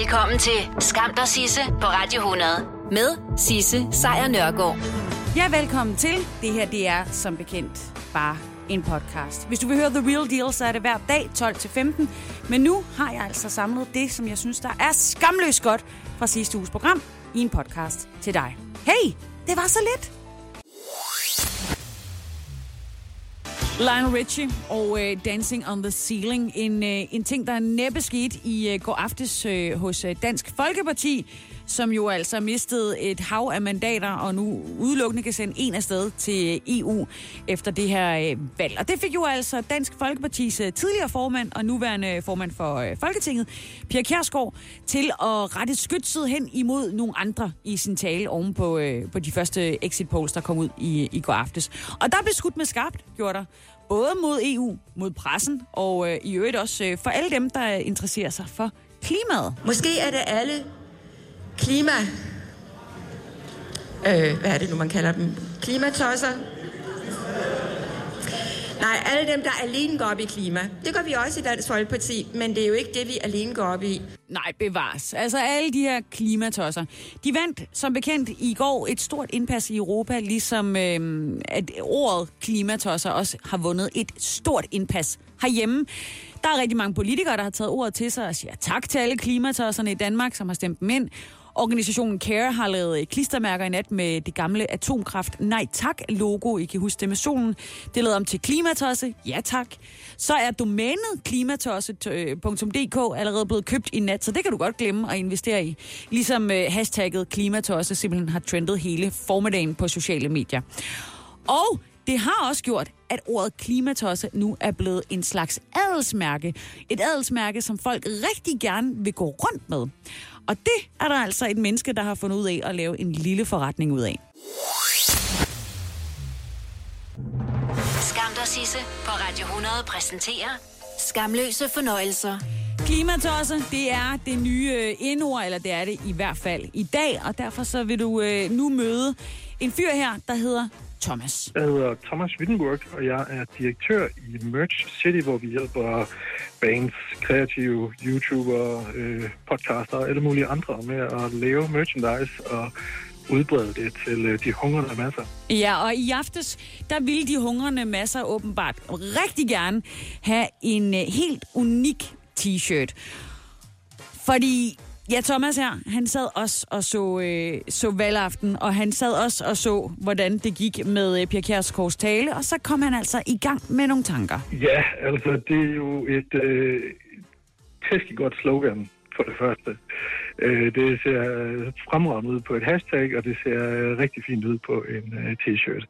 Velkommen til Skam dig Sisse på Radio 100 med Sisse Sejr Nørgaard. Ja, velkommen til. Det her, det er som bekendt bare en podcast. Hvis du vil høre The Real Deal, så er det hver dag 12-15. Men nu har jeg altså samlet det, som jeg synes, der er skamløst godt fra sidste uges program i en podcast til dig. Hey, det var så lidt. Lionel Richie og Dancing on the Ceiling. En ting, der næppe skete i går aftes hos Dansk Folkeparti, som jo altså mistede et hav af mandater, og nu udelukkende kan sende en afsted til EU efter det her valg. Og det fik jo altså Dansk Folkepartis tidligere formand og nuværende formand for Folketinget, Pia Kjærsgaard, til at rette skytset hen imod nogle andre i sin tale oven på de første exit polls, der kom ud i går aftes. Og der blev skudt med skarpt, gjorde der. Både mod EU, mod pressen og i øvrigt også for alle dem, der interesserer sig for klimaet. Måske er det alle hvad er det nu, man kalder dem? Klimatosser? Nej, alle dem, der alene går op i klima. Det gør vi også i Dansk Folkeparti, men det er jo ikke det, vi alene går op i. Nej, bevares. Altså alle de her klimatosser. De vandt som bekendt i går et stort indpas i Europa, ligesom at ordet klimatosser også har vundet et stort indpas herhjemme. Der er rigtig mange politikere, der har taget ordet til sig og siger tak til alle klimatosserne i Danmark, som har stemt dem ind. Organisationen CARE har lavet klistermærker i nat med det gamle atomkraft Nej Tak-logo. I kan huske det med solen. Det er lavet om til klimatosse. Ja tak. Så er domænet klimatosse.dk allerede blevet købt i nat, så det kan du godt glemme at investere i. Ligesom hashtagget klimatosse simpelthen har trendet hele formiddagen på sociale medier. Og det har også gjort, at ordet klimatosse nu er blevet en slags adelsmærke. Et adelsmærke, som folk rigtig gerne vil gå rundt med. Og det er der altså et menneske, der har fundet ud af at lave en lille forretning ud af. Skam dig Sisse på Radio 100 præsenterer Skamløse fornøjelser. Klimatosse, det er det nye indord, eller det er det i hvert fald i dag. Og derfor så vil du nu møde en fyr her, der hedder Thomas. Jeg hedder Thomas Wittenburg, og jeg er direktør i Merch City, hvor vi hjælper bands, kreative YouTubere, podcaster og alle mulige andre med at lave merchandise og udbrede det til de hungrende masser. Ja, og i aftes, der ville de hungrende masser åbenbart rigtig gerne have en helt unik t-shirt. Fordi ja, Thomas her, han sad også og så valgaften, og han sad også og så, hvordan det gik med Pia Kjærsgaards tale, og så kom han altså i gang med nogle tanker. Ja, altså det er jo et tæskigt godt slogan for det første. Det ser fremragende ud på et hashtag, og det ser rigtig fint ud på en t-shirt.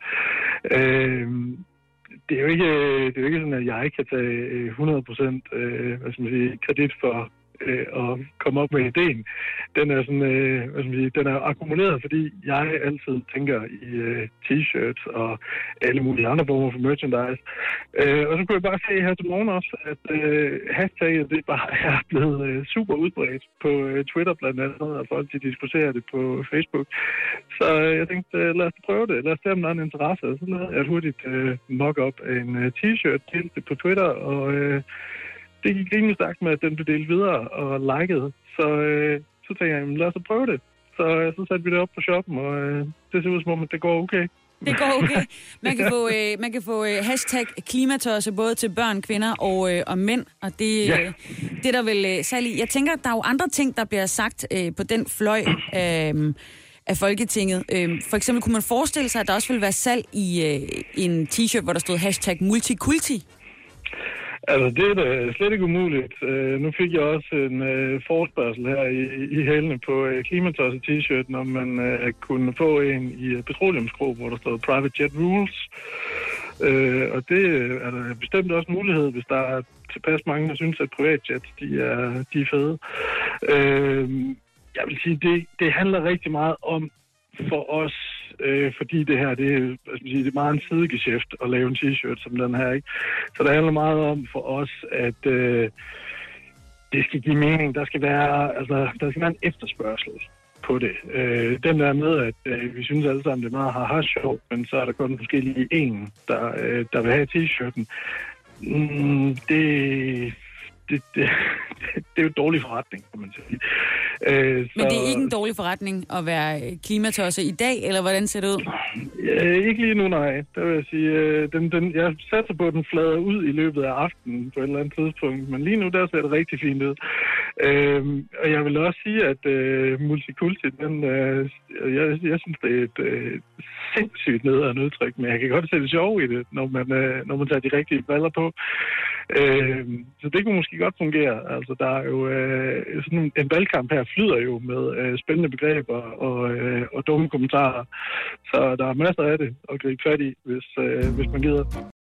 Det er jo ikke sådan, at jeg kan tage 100% kredit for at komme op med ideen. Den er sådan, den er akkumuleret, fordi jeg altid tænker i t-shirts og alle mulige andre former for merchandise. Og så kunne jeg bare se her til morgen også, at hashtagget det bare er blevet super udbredt på Twitter blandt andet, og folk de diskuterer det på Facebook. Så jeg tænkte, lad os prøve det. Lad os se, om der er en interesse. Så lavede jeg hurtigt mock-up af en t-shirt til det på Twitter, og det gik rimelig stærkt med, at den blev delt videre og liket. Så tænkte jeg, lad os prøve det. Så satte vi det op på shoppen, og det ser ud som om, at det går okay. Det går okay. Man kan få hashtag klimatosse både til børn, kvinder og mænd, og det er der vel særligt. Jeg tænker, der er jo andre ting, der bliver sagt på den fløj af Folketinget. For eksempel kunne man forestille sig, at der også ville være salg i en t-shirt, hvor der stod hashtag multikulti. Altså, det er da slet ikke umuligt. Nu fik jeg også en forespørgsel her i hælene på Klimatosse t-shirten, om man kunne få en i petroleumsgrå, hvor der stod Private Jet Rules. Og det er der bestemt også mulighed, hvis der er tilpas mange, der synes, at privatjets de er fede. Jeg vil sige, det handler rigtig meget om for os, fordi det her, det er meget en sidegeschæft at lave en t-shirt som den her, ikke? Så det handler meget om for os, at det skal give mening. Der skal være en efterspørgsel på det. Den der med, at vi synes alle sammen, det er meget har sjovt, men så er der kun måske lige en, der vil have t-shirten. Det er jo dårlig forretning, kan man sige. Men det er ikke en dårlig forretning at være klimatosser i dag, eller hvordan ser det ud? Ikke lige nu, nej. Der vil jeg sige, jeg satser på, at den flader ud i løbet af aftenen på et eller andet tidspunkt, men lige nu der ser det rigtig fint ud. Og jeg vil også sige, at multikulti, jeg synes, det er et sindssygt nederen udtryk, men jeg kan godt se det sjove i det, når man tager de rigtige briller på. Så det kunne måske godt fungere. Altså, der er jo sådan en valgkamp her flyder jo med spændende begreber og dumme kommentarer. Så der er masser af det at gribe fat i, hvis man gider.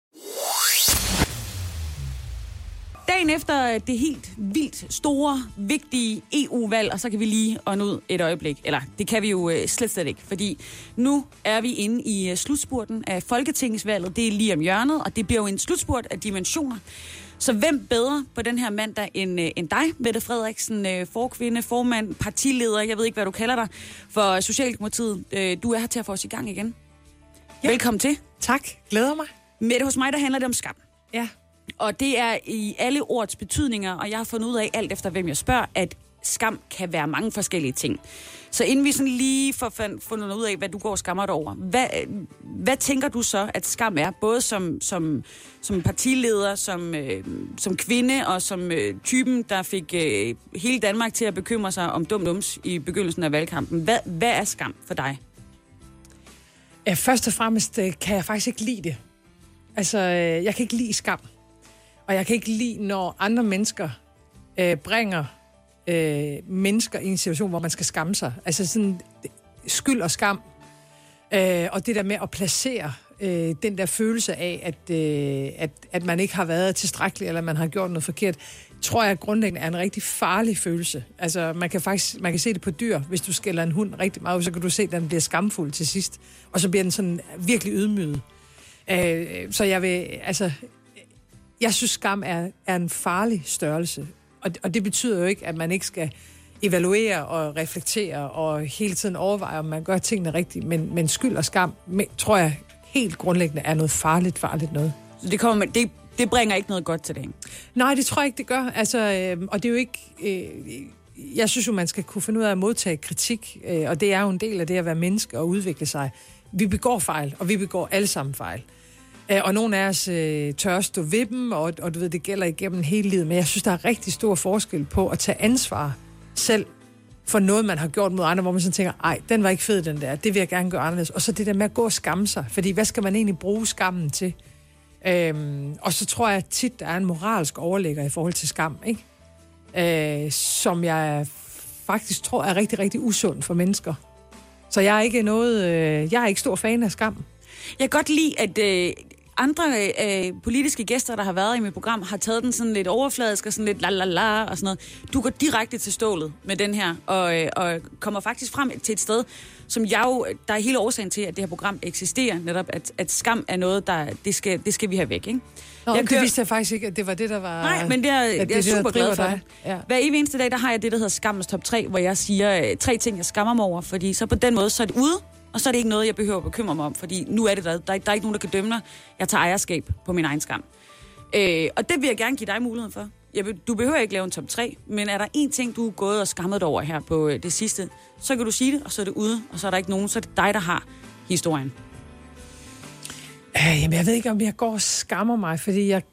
Dagen efter det helt vildt store, vigtige EU-valg, og så kan vi lige ånde ud et øjeblik. Eller det kan vi jo slet ikke, fordi nu er vi inde i slutspurten af Folketingsvalget. Det er lige om hjørnet, og det bliver jo en slutspurt af dimensioner. Så hvem bedre på den her mandag end dig, Mette Frederiksen, forkvinde, formand, partileder, jeg ved ikke, hvad du kalder dig, for Socialdemokratiet. Du er her til at få os i gang igen. Ja. Velkommen til. Tak, glæder mig. Mette, hos mig, der handler det om skam. Ja. Og det er i alle ordets betydninger, og jeg har fundet ud af, alt efter hvem jeg spørger, at skam kan være mange forskellige ting. Så inden vi sådan lige får fundet ud af, hvad du går og skammer dig over, hvad tænker du så, at skam er? Både som partileder, som kvinde og som typen, der fik hele Danmark til at bekymre sig om dums i begyndelsen af valgkampen. Hvad er skam for dig? Ja, først og fremmest kan jeg faktisk ikke lide det. Altså, jeg kan ikke lide skam. Og jeg kan ikke lide, når andre mennesker bringer mennesker i en situation, hvor man skal skamme sig. Altså sådan skyld og skam. Og det der med at placere den der følelse af, at man ikke har været tilstrækkelig, eller man har gjort noget forkert, tror jeg grundlæggende er en rigtig farlig følelse. Altså man kan se det på dyr. Hvis du skælder en hund rigtig meget, så kan du se, at den bliver skamfuld til sidst. Og så bliver den sådan virkelig ydmyget. Så jeg synes, skam er en farlig størrelse. Og det betyder jo ikke, at man ikke skal evaluere og reflektere og hele tiden overveje, om man gør tingene rigtigt. Men skyld og skam, tror jeg helt grundlæggende er noget farligt noget. Så det bringer ikke noget godt til dagen? Nej, det tror jeg ikke, det gør. Altså, og det er jo ikke... jeg synes jo, man skal kunne finde ud af at modtage kritik, og det er jo en del af det at være menneske og udvikle sig. Vi begår fejl, og vi begår alle sammen fejl. Og nogle af os tør stå ved dem, og du ved, det gælder igennem hele livet. Men jeg synes, der er rigtig stor forskel på at tage ansvar selv for noget, man har gjort mod andre, hvor man sådan tænker, ej, den var ikke fed, den der. Det vil jeg gerne gøre anderledes. Og så det der med at gå og skamme sig. Fordi hvad skal man egentlig bruge skammen til? Og så tror jeg tit, der er en moralsk overligger i forhold til skam, ikke? Som jeg faktisk tror er rigtig, rigtig usund for mennesker. Så jeg er ikke stor fan af skam. Jeg kan godt lide, at andre politiske gæster, der har været i mit program, har taget den sådan lidt overfladisk og sådan lidt la og sådan noget. Du går direkte til stålet med den her, og kommer faktisk frem til et sted, som der er hele årsagen til, at det her program eksisterer, netop at skam er noget, det skal vi have væk, ikke? Det vidste jeg faktisk ikke, at det var det, der var... Nej, men jeg er super glad for det. Ja. Hver eneste dag, der har jeg det, der hedder skammens top 3, hvor jeg siger 3 ting, jeg skammer mig over, fordi så på den måde, så er det ude, og så er det ikke noget, jeg behøver at bekymre mig om, fordi nu er det der er ikke nogen, der kan dømme mig. Jeg tager ejerskab på min egen skam. Og det vil jeg gerne give dig muligheden for. Du behøver ikke lave en top 3, men er der en ting, du er gået og skammet dig over her på det sidste, så kan du sige det, og så er det ude, og så er der ikke nogen, så er det dig, der har historien. Jamen, jeg ved ikke, om jeg går og skammer mig, fordi jeg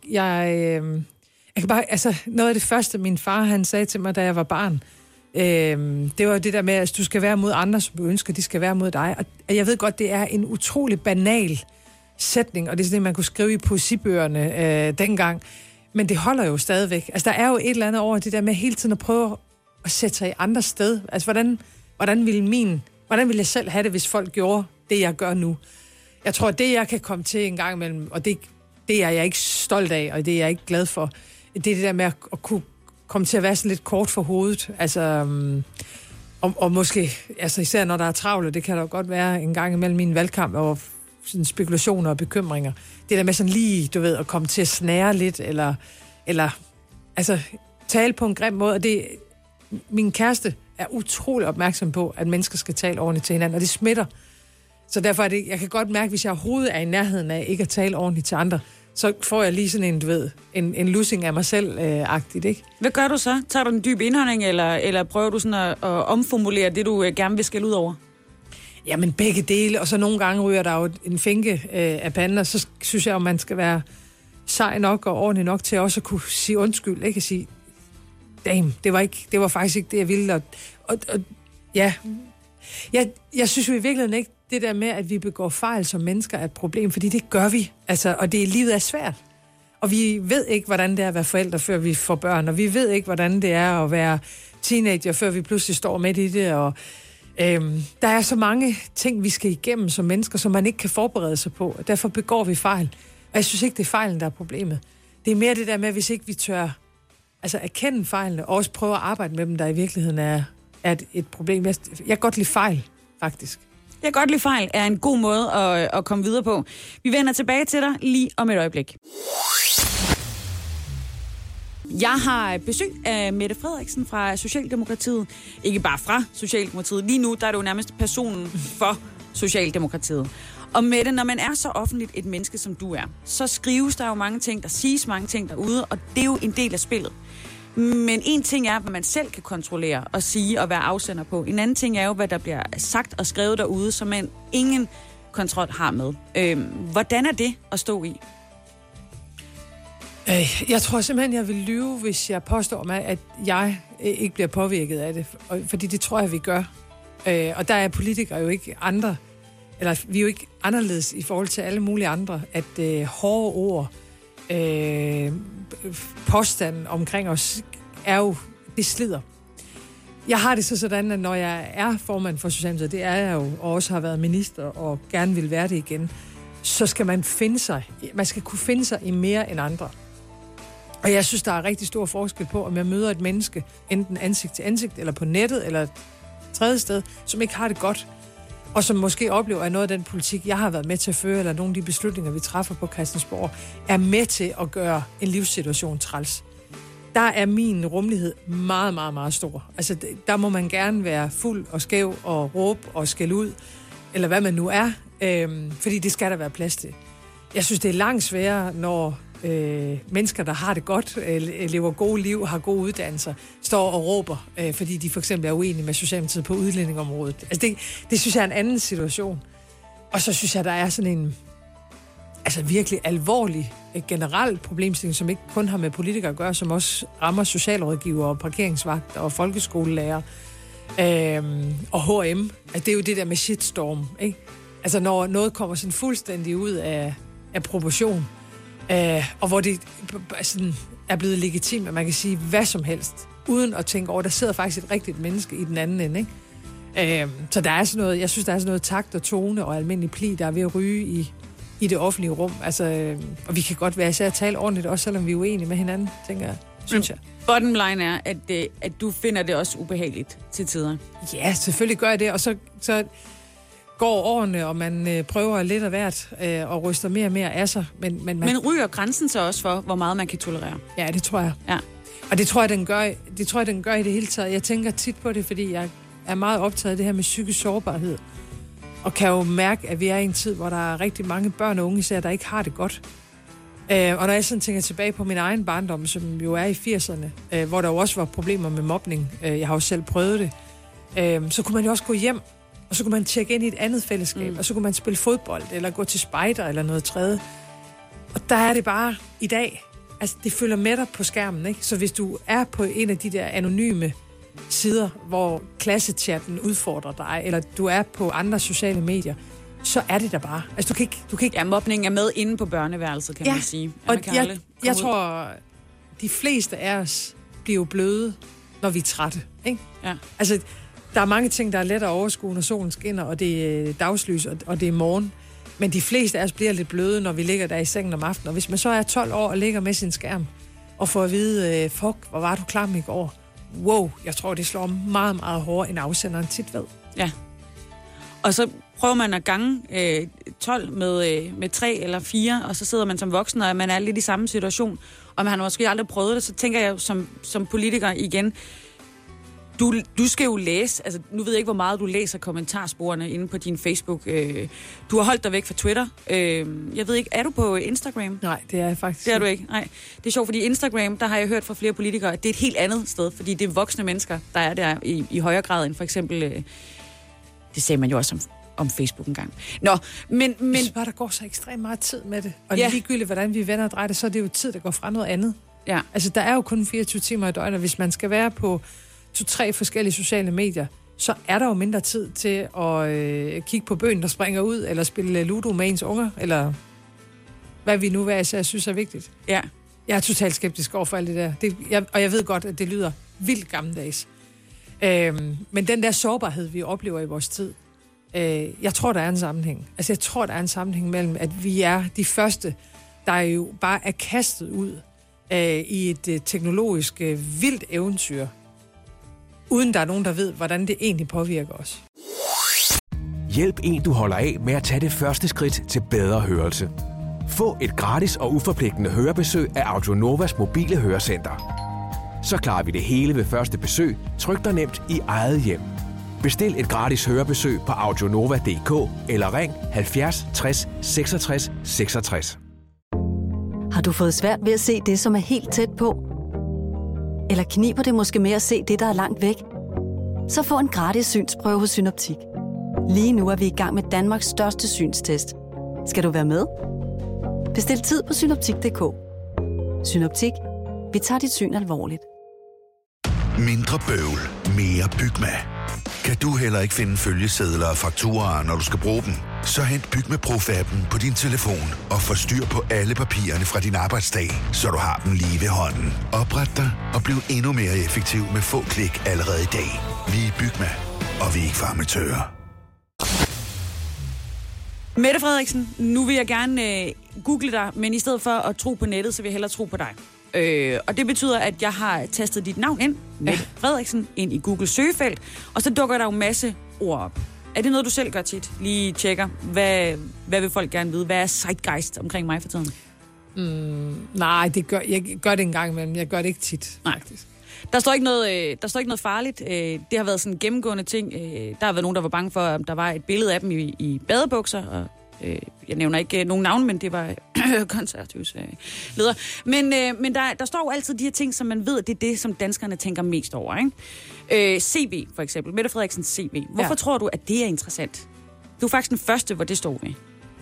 kan bare... Altså, noget af det første, min far, han sagde til mig, da jeg var barn, det var det der med, at du skal være mod andre, som du ønsker, de skal være mod dig. Og jeg ved godt, det er en utrolig banal sætning, og det er sådan, man kunne skrive i poesibøgerne dengang. Men det holder jo stadigvæk. Altså, der er jo et eller andet over det der med hele tiden at prøve at sætte sig i andre sted. Altså, hvordan ville jeg selv have det, hvis folk gjorde det, jeg gør nu? Jeg tror, at det, jeg kan komme til en gang imellem, og det er jeg ikke stolt af, og det er jeg ikke glad for, det er det der med at kunne komme til at være sådan lidt kort for hovedet. Altså, og måske, altså især når der er travlt, det kan der jo godt være en gang imellem min valgkamp, og sådan spekulationer og bekymringer. Det der med sådan lige, du ved, at komme til at snære lidt, eller altså tale på en grim måde. Og min kæreste er utrolig opmærksom på, at mennesker skal tale ordentligt til hinanden, og det smitter. Så derfor er det, jeg kan godt mærke, hvis jeg overhovedet er i nærheden af ikke at tale ordentligt til andre, så får jeg lige sådan en, du ved, en lussing af mig selv-agtigt, ikke? Hvad gør du så? Tager du en dyb indånding, eller prøver du sådan at omformulere det, du gerne vil skælde ud over? Jamen begge dele, og så nogle gange ryger der jo en finke af panden, og så synes jeg, at man skal være sej nok og ordentlig nok til også at kunne sige undskyld, ikke? At sige, damn, det var faktisk ikke det, jeg ville. Og ja, jeg synes jo i virkeligheden ikke, det der med, at vi begår fejl som mennesker er et problem, fordi det gør vi. Altså, og livet er svært. Og vi ved ikke, hvordan det er at være forældre, før vi får børn, og vi ved ikke, hvordan det er at være teenager, før vi pludselig står midt i det, og der er så mange ting, vi skal igennem som mennesker, som man ikke kan forberede sig på, og derfor begår vi fejl. Og jeg synes ikke, det er fejlen, der er problemet. Det er mere det der med, hvis ikke vi tør erkende fejlene, og også prøve at arbejde med dem, der i virkeligheden er et problem. Jeg kan godt lide fejl, faktisk. Jeg kan godt lide fejl er en god måde at komme videre på. Vi vender tilbage til dig lige om et øjeblik. Jeg har besøg af Mette Frederiksen fra Socialdemokratiet. Ikke bare fra Socialdemokratiet. Lige nu der er det jo nærmest personen for Socialdemokratiet. Og Mette, når man er så offentligt et menneske, som du er, så skrives der jo mange ting, der siges mange ting derude, og det er jo en del af spillet. Men en ting er, hvad man selv kan kontrollere og sige og være afsender på. En anden ting er jo, hvad der bliver sagt og skrevet derude, som man ingen kontrol har med. Hvordan er det at stå i? Jeg tror simpelthen, jeg vil lyve, hvis jeg påstår mig, at jeg ikke bliver påvirket af det. Fordi det tror jeg, vi gør. Og der er politikere jo ikke andre, eller vi er jo ikke anderledes i forhold til alle mulige andre, at hårde ord, påstanden omkring os, er jo, det slider. Jeg har det så sådan, at når jeg er formand for Socialdemokratiet, det er jeg jo, og også har været minister, og gerne vil være det igen, så skal man skal kunne finde sig i mere end andre. Og jeg synes, der er rigtig stor forskel på, om jeg møder et menneske, enten ansigt til ansigt, eller på nettet, eller et tredje sted, som ikke har det godt, og som måske oplever, at noget af den politik, jeg har været med til at føre, eller nogle af de beslutninger, vi træffer på Christiansborg, er med til at gøre en livssituation træls. Der er min rummelighed meget, meget, meget stor. Altså, der må man gerne være fuld og skæv og råbe og skælde ud, eller hvad man nu er, fordi det skal der være plads til. Jeg synes, det er langt sværere, når mennesker, der har det godt, lever gode liv, har gode uddannelser, står og råber, fordi de for eksempel er uenige med Socialdemokratiet på udlændingområdet. Altså det synes jeg er en anden situation. Og så synes jeg, der er sådan en virkelig alvorlig generel problemstilling, som ikke kun har med politikere at gøre, som også rammer socialrådgivere og parkeringsvagter og folkeskolelærer og H&M. Altså det er jo det der med shitstorm, ikke? Altså når noget kommer sådan fuldstændig ud af proportion, og hvor det sådan er blevet legitimt, at man kan sige hvad som helst, uden at tænke over, der sidder faktisk et rigtigt menneske i den anden ende, ikke? Så der er sådan noget, jeg synes, der er sådan noget takt og tone og almindelig pli, der er ved at ryge i det offentlige rum. Altså, og vi kan godt være især at tale ordentligt, også selvom vi er uenige med hinanden, tænker jeg, synes jeg. Bottom line er, at du finder det også ubehageligt til tider. Ja, selvfølgelig gør jeg det, og så går årene, og man prøver lidt af hvert, og ryster mere og mere af sig. Men ryger grænsen så også for, hvor meget man kan tolerere? Ja, det tror jeg. Ja. Og det tror jeg, den gør i det hele taget. Jeg tænker tit på det, fordi jeg er meget optaget af det her med psykisk sårbarhed. Og kan jo mærke, at vi er i en tid, hvor der er rigtig mange børn og unge især, der ikke har det godt. Og når jeg sådan tænker tilbage på min egen barndom, som jo er i 80'erne, hvor der jo også var problemer med mobning, jeg har jo selv prøvet det, så kunne man jo også gå hjem, og så kunne man tjekke ind i et andet fællesskab, og så kunne man spille fodbold, eller gå til spejder, eller noget tredje. Og der er det bare i dag, altså det følger med dig på skærmen, ikke? Så hvis du er på en af de der anonyme sider, hvor klassechatten udfordrer dig, eller du er på andre sociale medier, så er det der bare. Altså du kan ikke... Ja, mobning er med inde på børneværelset, kan man sige. Og jeg tror, de fleste af os bliver jo bløde, når vi er trætte, ikke? Ja. Altså, der er mange ting, der er let at overskue, når solen skinner, og det er dagslys, og det er morgen. Men de fleste af os bliver lidt bløde, når vi ligger der i sengen om aftenen. Og hvis man så er 12 år og ligger med sin skærm, og får at vide, fuck, hvor var du klam i går? Wow, jeg tror, det slår meget, meget hårdere, end afsenderen tit ved. Ja. Og så prøver man at gange 12 med 3 eller 4, og så sidder man som voksen, og man er lidt i samme situation, og man har måske aldrig prøvet det, så tænker jeg som politiker igen, Du skal jo læse, altså nu ved jeg ikke, hvor meget du læser kommentarsporene inde på din Facebook. Du har holdt dig væk fra Twitter. Jeg ved ikke, er du på Instagram? Nej, det er jeg faktisk. Det er du ikke? Nej. Det er sjovt, fordi Instagram, der har jeg hørt fra flere politikere, at det er et helt andet sted, fordi det er voksne mennesker, der er der i højere grad end for eksempel, det sagde man jo også om Facebook engang. Nå, men jeg synes bare, der går så ekstremt meget tid med det. Og ligegyldigt, hvordan vi vender og drejer det, så er det jo tid, der går fra noget andet. Ja. Altså, der er jo kun 24 timer i døgnet, og hvis man skal være på 2-3 forskellige sociale medier, så er der jo mindre tid til at kigge på bøgen, der springer ud, eller spille Ludo med ens unger, eller hvad vi nu hver især synes er vigtigt. Ja. Jeg er totalt skeptisk over for alt det der. Og jeg ved godt, at det lyder vildt gammeldags. Men den der sårbarhed, vi oplever i vores tid, jeg tror, der er en sammenhæng. Altså, jeg tror, der er en sammenhæng mellem, at vi er de første, der jo bare er kastet ud i et teknologisk vildt eventyr, uden der er nogen, der ved, hvordan det egentlig påvirker os. Hjælp en, du holder af med at tage det første skridt til bedre hørelse. Få et gratis og uforpligtende hørebesøg af Audionovas mobile hørecenter. Så klarer vi det hele ved første besøg, tryk dig nemt i eget hjem. Bestil et gratis hørebesøg på audionova.dk eller ring 70 60 66 66. Har du fået svært ved at se det, som er helt tæt på? Eller kniber det måske med at se det, der er langt væk? Så få en gratis synsprøve hos Synoptik. Lige nu er vi i gang med Danmarks største synstest. Skal du være med? Bestil tid på synoptik.dk. Synoptik. Vi tager dit syn alvorligt. Mindre bøvl, mere Bygma. Kan du heller ikke finde følgesedler og fakturaer, når du skal bruge dem? Så hent Bygma Pro-appen på din telefon og få styr på alle papirerne fra din arbejdsdag, så du har dem lige ved hånden. Opret dig og bliv endnu mere effektiv med få klik allerede i dag. Vi er Bygma, og vi er ikke farmatører. Mette Frederiksen, nu vil jeg gerne google dig, men i stedet for at tro på nettet, så vil jeg hellere tro på dig. Og det betyder, at jeg har tastet dit navn ind, Mette Frederiksen, ind i Google søgefelt, og så dukker der jo en masse ord op. Er det noget, du selv gør tit? Lige tjekker, hvad vil folk gerne vide? Hvad er zeitgeist omkring mig for tiden? Nej, jeg gør det en gang imellem. Jeg gør det ikke tit, faktisk. Der står ikke noget farligt. Det har været sådan en gennemgående ting. Der har været nogen, der var bange for, at der var et billede af dem i badebukser, og jeg nævner ikke nogen navn, men det var konservativs leder. Men der står jo altid de her ting, som man ved, at det er det, som danskerne tænker mest over, ikke? CV, for eksempel. Mette Frederiksens CV. Hvorfor tror du, at det er interessant? Du er faktisk den første, hvor det står ved.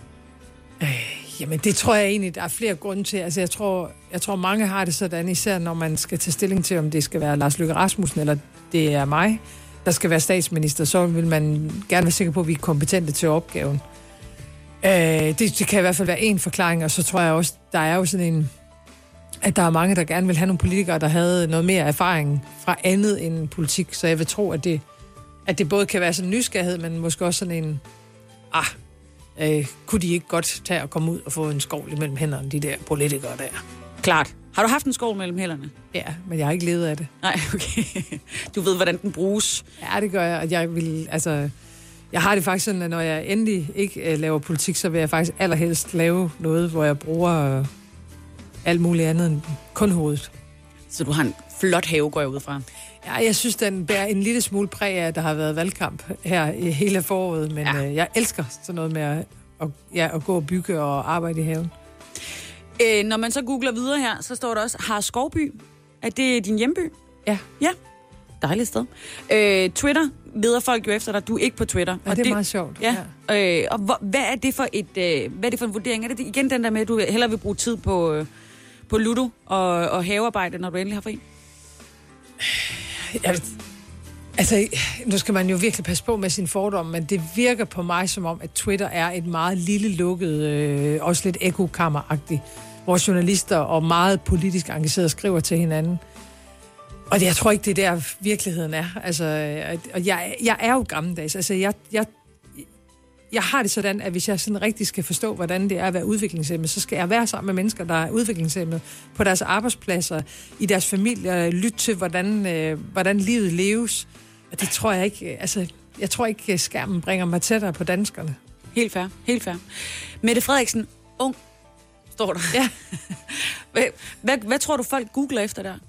Jamen, det tror jeg egentlig, der er flere grunde til. Altså, jeg tror mange har det sådan, især når man skal tage stilling til, om det skal være Lars Løkke Rasmussen, eller det er mig, der skal være statsminister, så vil man gerne være sikker på, at vi er kompetente til opgaven. Det kan i hvert fald være en forklaring, og så tror jeg også, der er jo sådan en, at der er mange, der gerne vil have nogle politikere, der havde noget mere erfaring fra andet end politik, så jeg vil tro, at det både kan være sådan en nysgerrighed, men måske også sådan en, kunne de ikke godt tage og komme ud og få en skovl imellem hænderne, de der politikere der? Klart. Har du haft en skovl mellem hænderne? Ja, men jeg har ikke levet af det. Nej, okay. Du ved, hvordan den bruges. Ja, det gør jeg, og jeg vil, altså... Jeg har det faktisk sådan, at når jeg endelig ikke laver politik, så vil jeg faktisk allerhelst lave noget, hvor jeg bruger alt muligt andet end kun hovedet. Så du har en flot have, går jeg ud fra? Ja, jeg synes, den bærer en lille smule præg af, at der har været valgkamp her i hele foråret, men jeg elsker sådan noget med at gå og bygge og arbejde i haven. Når man så googler videre her, så står der også, Har Skovby. Er det din hjemby? Ja. Ja. Dejligt sted. Twitter leder folk jo efter dig. Du er ikke på Twitter. Ja, det er meget sjovt. Ja. Og hvad er det for en vurdering? Er det igen den der med, at du hellere vil bruge tid på ludo og havearbejde, når du endelig har fri? Altså, nu skal man jo virkelig passe på med sin fordom, men det virker på mig som om, at Twitter er et meget lille lukket, også lidt ekokammeragtigt, hvor journalister og meget politisk engagerede skriver til hinanden. Og jeg tror ikke, det er der virkeligheden er. Altså, og jeg er jo gammeldags. Altså, jeg har det sådan, at hvis jeg sådan rigtig skal forstå, hvordan det er at være udviklingshæmmet, så skal jeg være sammen med mennesker, der er udviklingshæmmet på deres arbejdspladser, i deres familier, lytte til, hvordan livet leves. Og det tror jeg ikke, altså, jeg tror ikke, skærmen bringer mig tættere på danskerne. Helt fair, helt fair. Mette Frederiksen, ung, står der. Ja. Hvad tror du, folk googler efter der?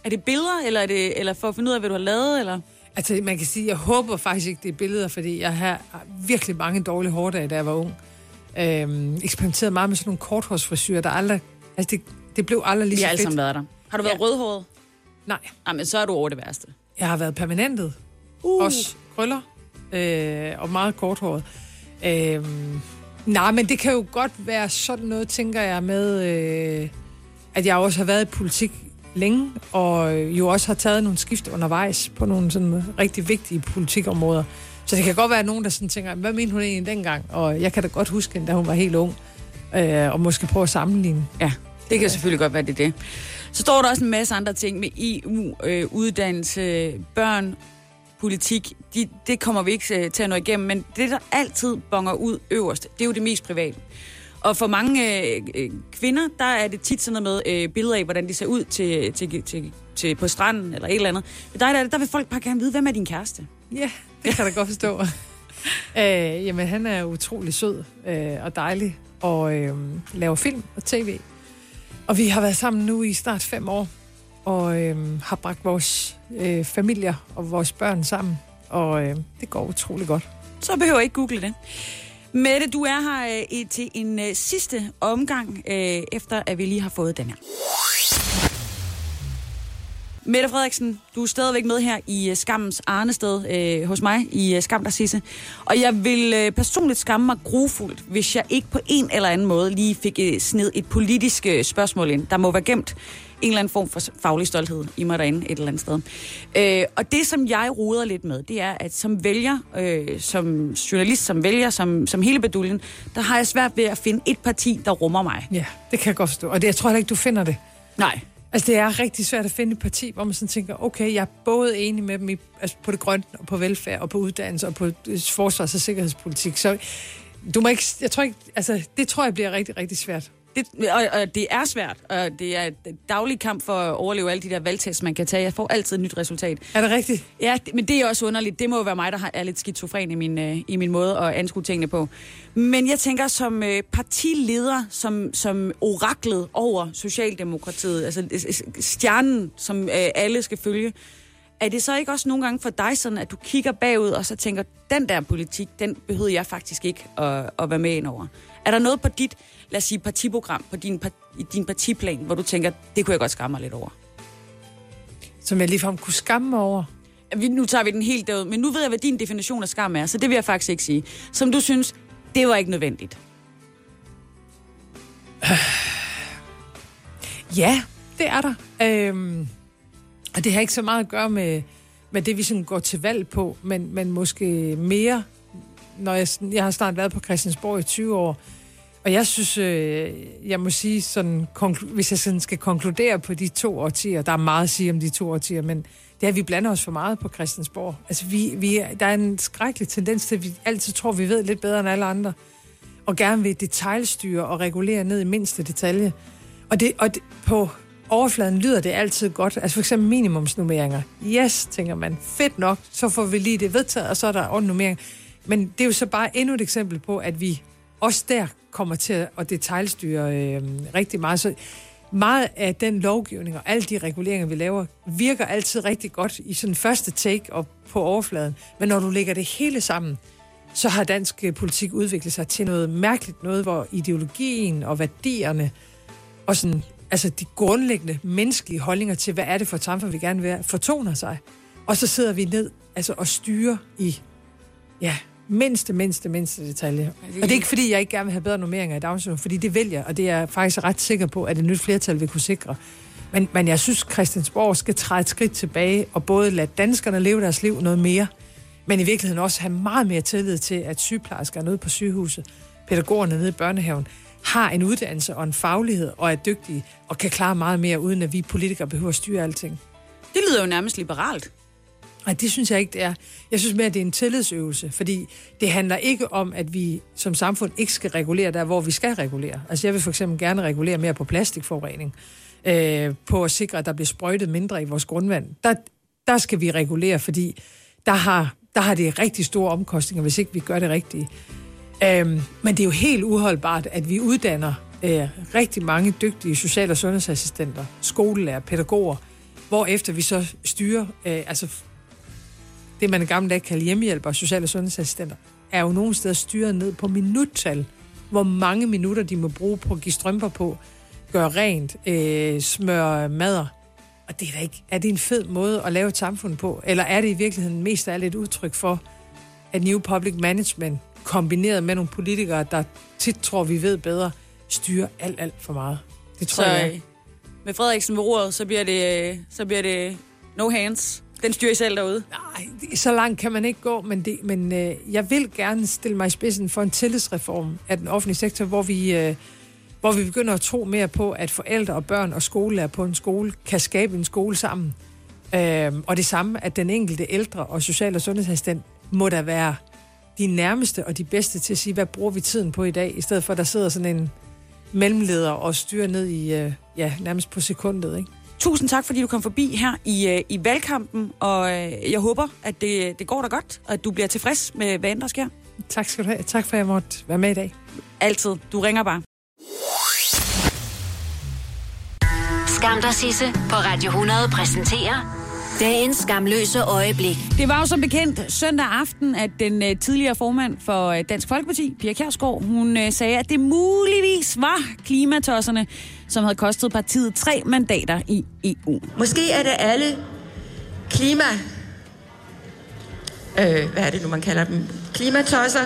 Er det billeder, eller for at finde ud af, hvad du har lavet, eller? Altså, man kan sige, jeg håber faktisk ikke, det er billeder, fordi jeg har virkelig mange dårlige hårdage, da jeg var ung. Eksperimenterede meget med sådan nogle korthårsfrisyrer, der aldrig... Altså, det blev aldrig lige så fedt. Vi har alle sammen været der. Har du været rødhåret? Nej. Men så er du over det værste. Jeg har været permanentet. Også krøller. Og meget korthåret. Nej, men det kan jo godt være sådan noget, tænker jeg, med... at jeg også har været i politik længe, og jo også har taget nogle skift undervejs på nogle sådan rigtig vigtige politikområder. Så det kan godt være nogen, der sådan tænker, hvad mente hun egentlig dengang? Og jeg kan da godt huske hende, da hun var helt ung, og måske prøve at sammenligne. Ja, det kan selvfølgelig godt være, det. Så står der også en masse andre ting med EU, uddannelse, børn, politik. Det kommer vi ikke til at nå igennem, men det, der altid bonger ud øverst, det er jo det mest private. Og for mange kvinder, der er det tit sådan noget med billeder af, hvordan de ser ud til på stranden eller et eller andet. Men der vil folk bare gerne vide, hvem er din kæreste? Ja, det kan jeg da godt forstå. Jamen, han er utrolig sød og dejlig og laver film og tv. Og vi har været sammen nu i snart 5 år og har bragt vores familier og vores børn sammen. Og det går utrolig godt. Så behøver jeg ikke google det. Mette, du er her til en sidste omgang, efter at vi lige har fået den her. Mette Frederiksen, du er stadigvæk med her i Skammens Arnested hos mig i Skam der Sisse. Og jeg vil personligt skamme mig grufuldt, hvis jeg ikke på en eller anden måde lige fik sned et politisk spørgsmål ind. Der må være gemt en eller anden form for faglig stolthed i mig derinde et eller andet sted. Og det, som jeg roder lidt med, det er, at som vælger, som journalist, som vælger, som hele baduljen, der har jeg svært ved at finde et parti, der rummer mig. Ja, det kan jeg godt forstå. Og jeg tror heller ikke, du finder det. Nej. Altså, det er rigtig svært at finde et parti, hvor man sådan tænker, okay, jeg er både enig med dem på det grønne, og på velfærd, og på uddannelse, og på forsvars- og sikkerhedspolitik. Så du må ikke, jeg tror ikke, altså, det tror jeg bliver rigtig, rigtig svært. Og det er svært, og det er et daglig kamp for at overleve alle de der valgtests, man kan tage. Jeg får altid et nyt resultat. Er det rigtigt? Ja, men det er også underligt. Det må jo være mig, der er lidt skizofren i min måde at anskue tingene på. Men jeg tænker, som partileder, som oraklet over Socialdemokratiet, altså stjernen, som alle skal følge, er det så ikke også nogle gange for dig sådan, at du kigger bagud og så tænker, den der politik, den behøvede jeg faktisk ikke at være med ind over? Er der noget på dit, lad os sige, partiprogram, på din partiplan, hvor du tænker, det kunne jeg godt skamme mig lidt over? Som jeg ligefrem kunne skamme mig over? Nu tager vi den helt derud, men nu ved jeg, hvad din definition af skam er, så det vil jeg faktisk ikke sige. Som du synes, det var ikke nødvendigt. Ja, det er der. Og det har ikke så meget at gøre med det, vi sådan går til valg på, men måske mere, når jeg har snart været på Christiansborg i 20 år, og jeg synes, jeg må sige, sådan, hvis jeg sådan skal konkludere på de 2 årtier, der er meget at sige om de 2 årtier, men det er, at vi blander os for meget på Christiansborg. Altså, der er en skrækkelig tendens til, at vi altid tror, vi ved lidt bedre end alle andre, og gerne vil detailstyre og regulere ned i mindste detalje. Og på overfladen lyder det altid godt. Altså for eksempel minimumsnummeringer. Yes, tænker man. Fedt nok, så får vi lige det vedtaget, og så er der ordnummering. Men det er jo så bare endnu et eksempel på, at vi også der kommer til at detailstyre rigtig meget. Så meget af den lovgivning og alle de reguleringer, vi laver, virker altid rigtig godt i sådan første take og på overfladen. Men når du lægger det hele sammen, så har dansk politik udviklet sig til noget mærkeligt, noget hvor ideologien og værdierne og sådan, altså de grundlæggende menneskelige holdninger til, hvad er det for et samfund, vi gerne vil have, fortoner sig. Og så sidder vi ned og styrer i mindste detalje. Og det er ikke, fordi jeg ikke gerne vil have bedre normeringer i daginstitutioner, fordi det vil jeg, og det er jeg faktisk ret sikker på, at et nyt flertal vil kunne sikre. Men jeg synes, Christiansborg skal træde et skridt tilbage og både lade danskerne leve deres liv noget mere, men i virkeligheden også have meget mere tillid til, at sygeplejerskerne ude på sygehuset, pædagogerne nede i børnehaven, har en uddannelse og en faglighed og er dygtige og kan klare meget mere, uden at vi politikere behøver at styre alting. Det lyder jo nærmest liberalt. Nej, det synes jeg ikke, det er. Jeg synes mere, at det er en tillidsøvelse, fordi det handler ikke om, at vi som samfund ikke skal regulere der, hvor vi skal regulere. Altså jeg vil for eksempel gerne regulere mere på plastikforurening, på at sikre, at der bliver sprøjtet mindre i vores grundvand. Der skal vi regulere, fordi der har det rigtig store omkostninger, hvis ikke vi gør det rigtige. Men det er jo helt uholdbart, at vi uddanner rigtig mange dygtige social- og sundhedsassistenter, skolelærer, pædagoger, hvorefter vi så styrer, det man i gamle dage kalder hjemmehjælper og social- og sundhedsassistenter, er jo nogle steder styret ned på minuttal, hvor mange minutter de må bruge på at give strømper på, gøre rent, smøre madder. Og det er da ikke, er det en fed måde at lave et samfund på? Eller er det i virkeligheden mest af alt et udtryk for, at New Public Management, kombineret med nogle politikere, der tit tror, vi ved bedre, styrer alt for meget? Det tror jeg. Med Frederiksen ved roret, så bliver det no hands. Den styrer I selv derude. Nej, så langt kan man ikke gå, men jeg vil gerne stille mig i spidsen for en tillidsreform af den offentlige sektor, hvor vi begynder at tro mere på, at forældre og børn og skolelærer på en skole kan skabe en skole sammen. Og det samme, at den enkelte ældre og social- og sundhedsassistent må da være de nærmeste og de bedste til at sige, hvad bruger vi tiden på i dag, i stedet for, at der sidder sådan en mellemleder og styrer ned i, nærmest på sekundet, ikke? Tusind tak, fordi du kom forbi her i valgkampen, og jeg håber, at det går da godt, og at du bliver tilfreds med, hvad end der sker. Tak skal du have. Tak for, at jeg måtte være med i dag. Altid. Du ringer bare. Skam dig, Sisse på Radio 100 præsenterer dagens skamløse øjeblik. Det var jo som bekendt søndag aften, at den tidligere formand for Dansk Folkeparti, Pia Kjærsgaard, hun sagde, at det muligvis var klimatosserne, som havde kostet partiet 3 mandater i EU. Måske er det alle hvad er det nu, man kalder dem? Klimatosser?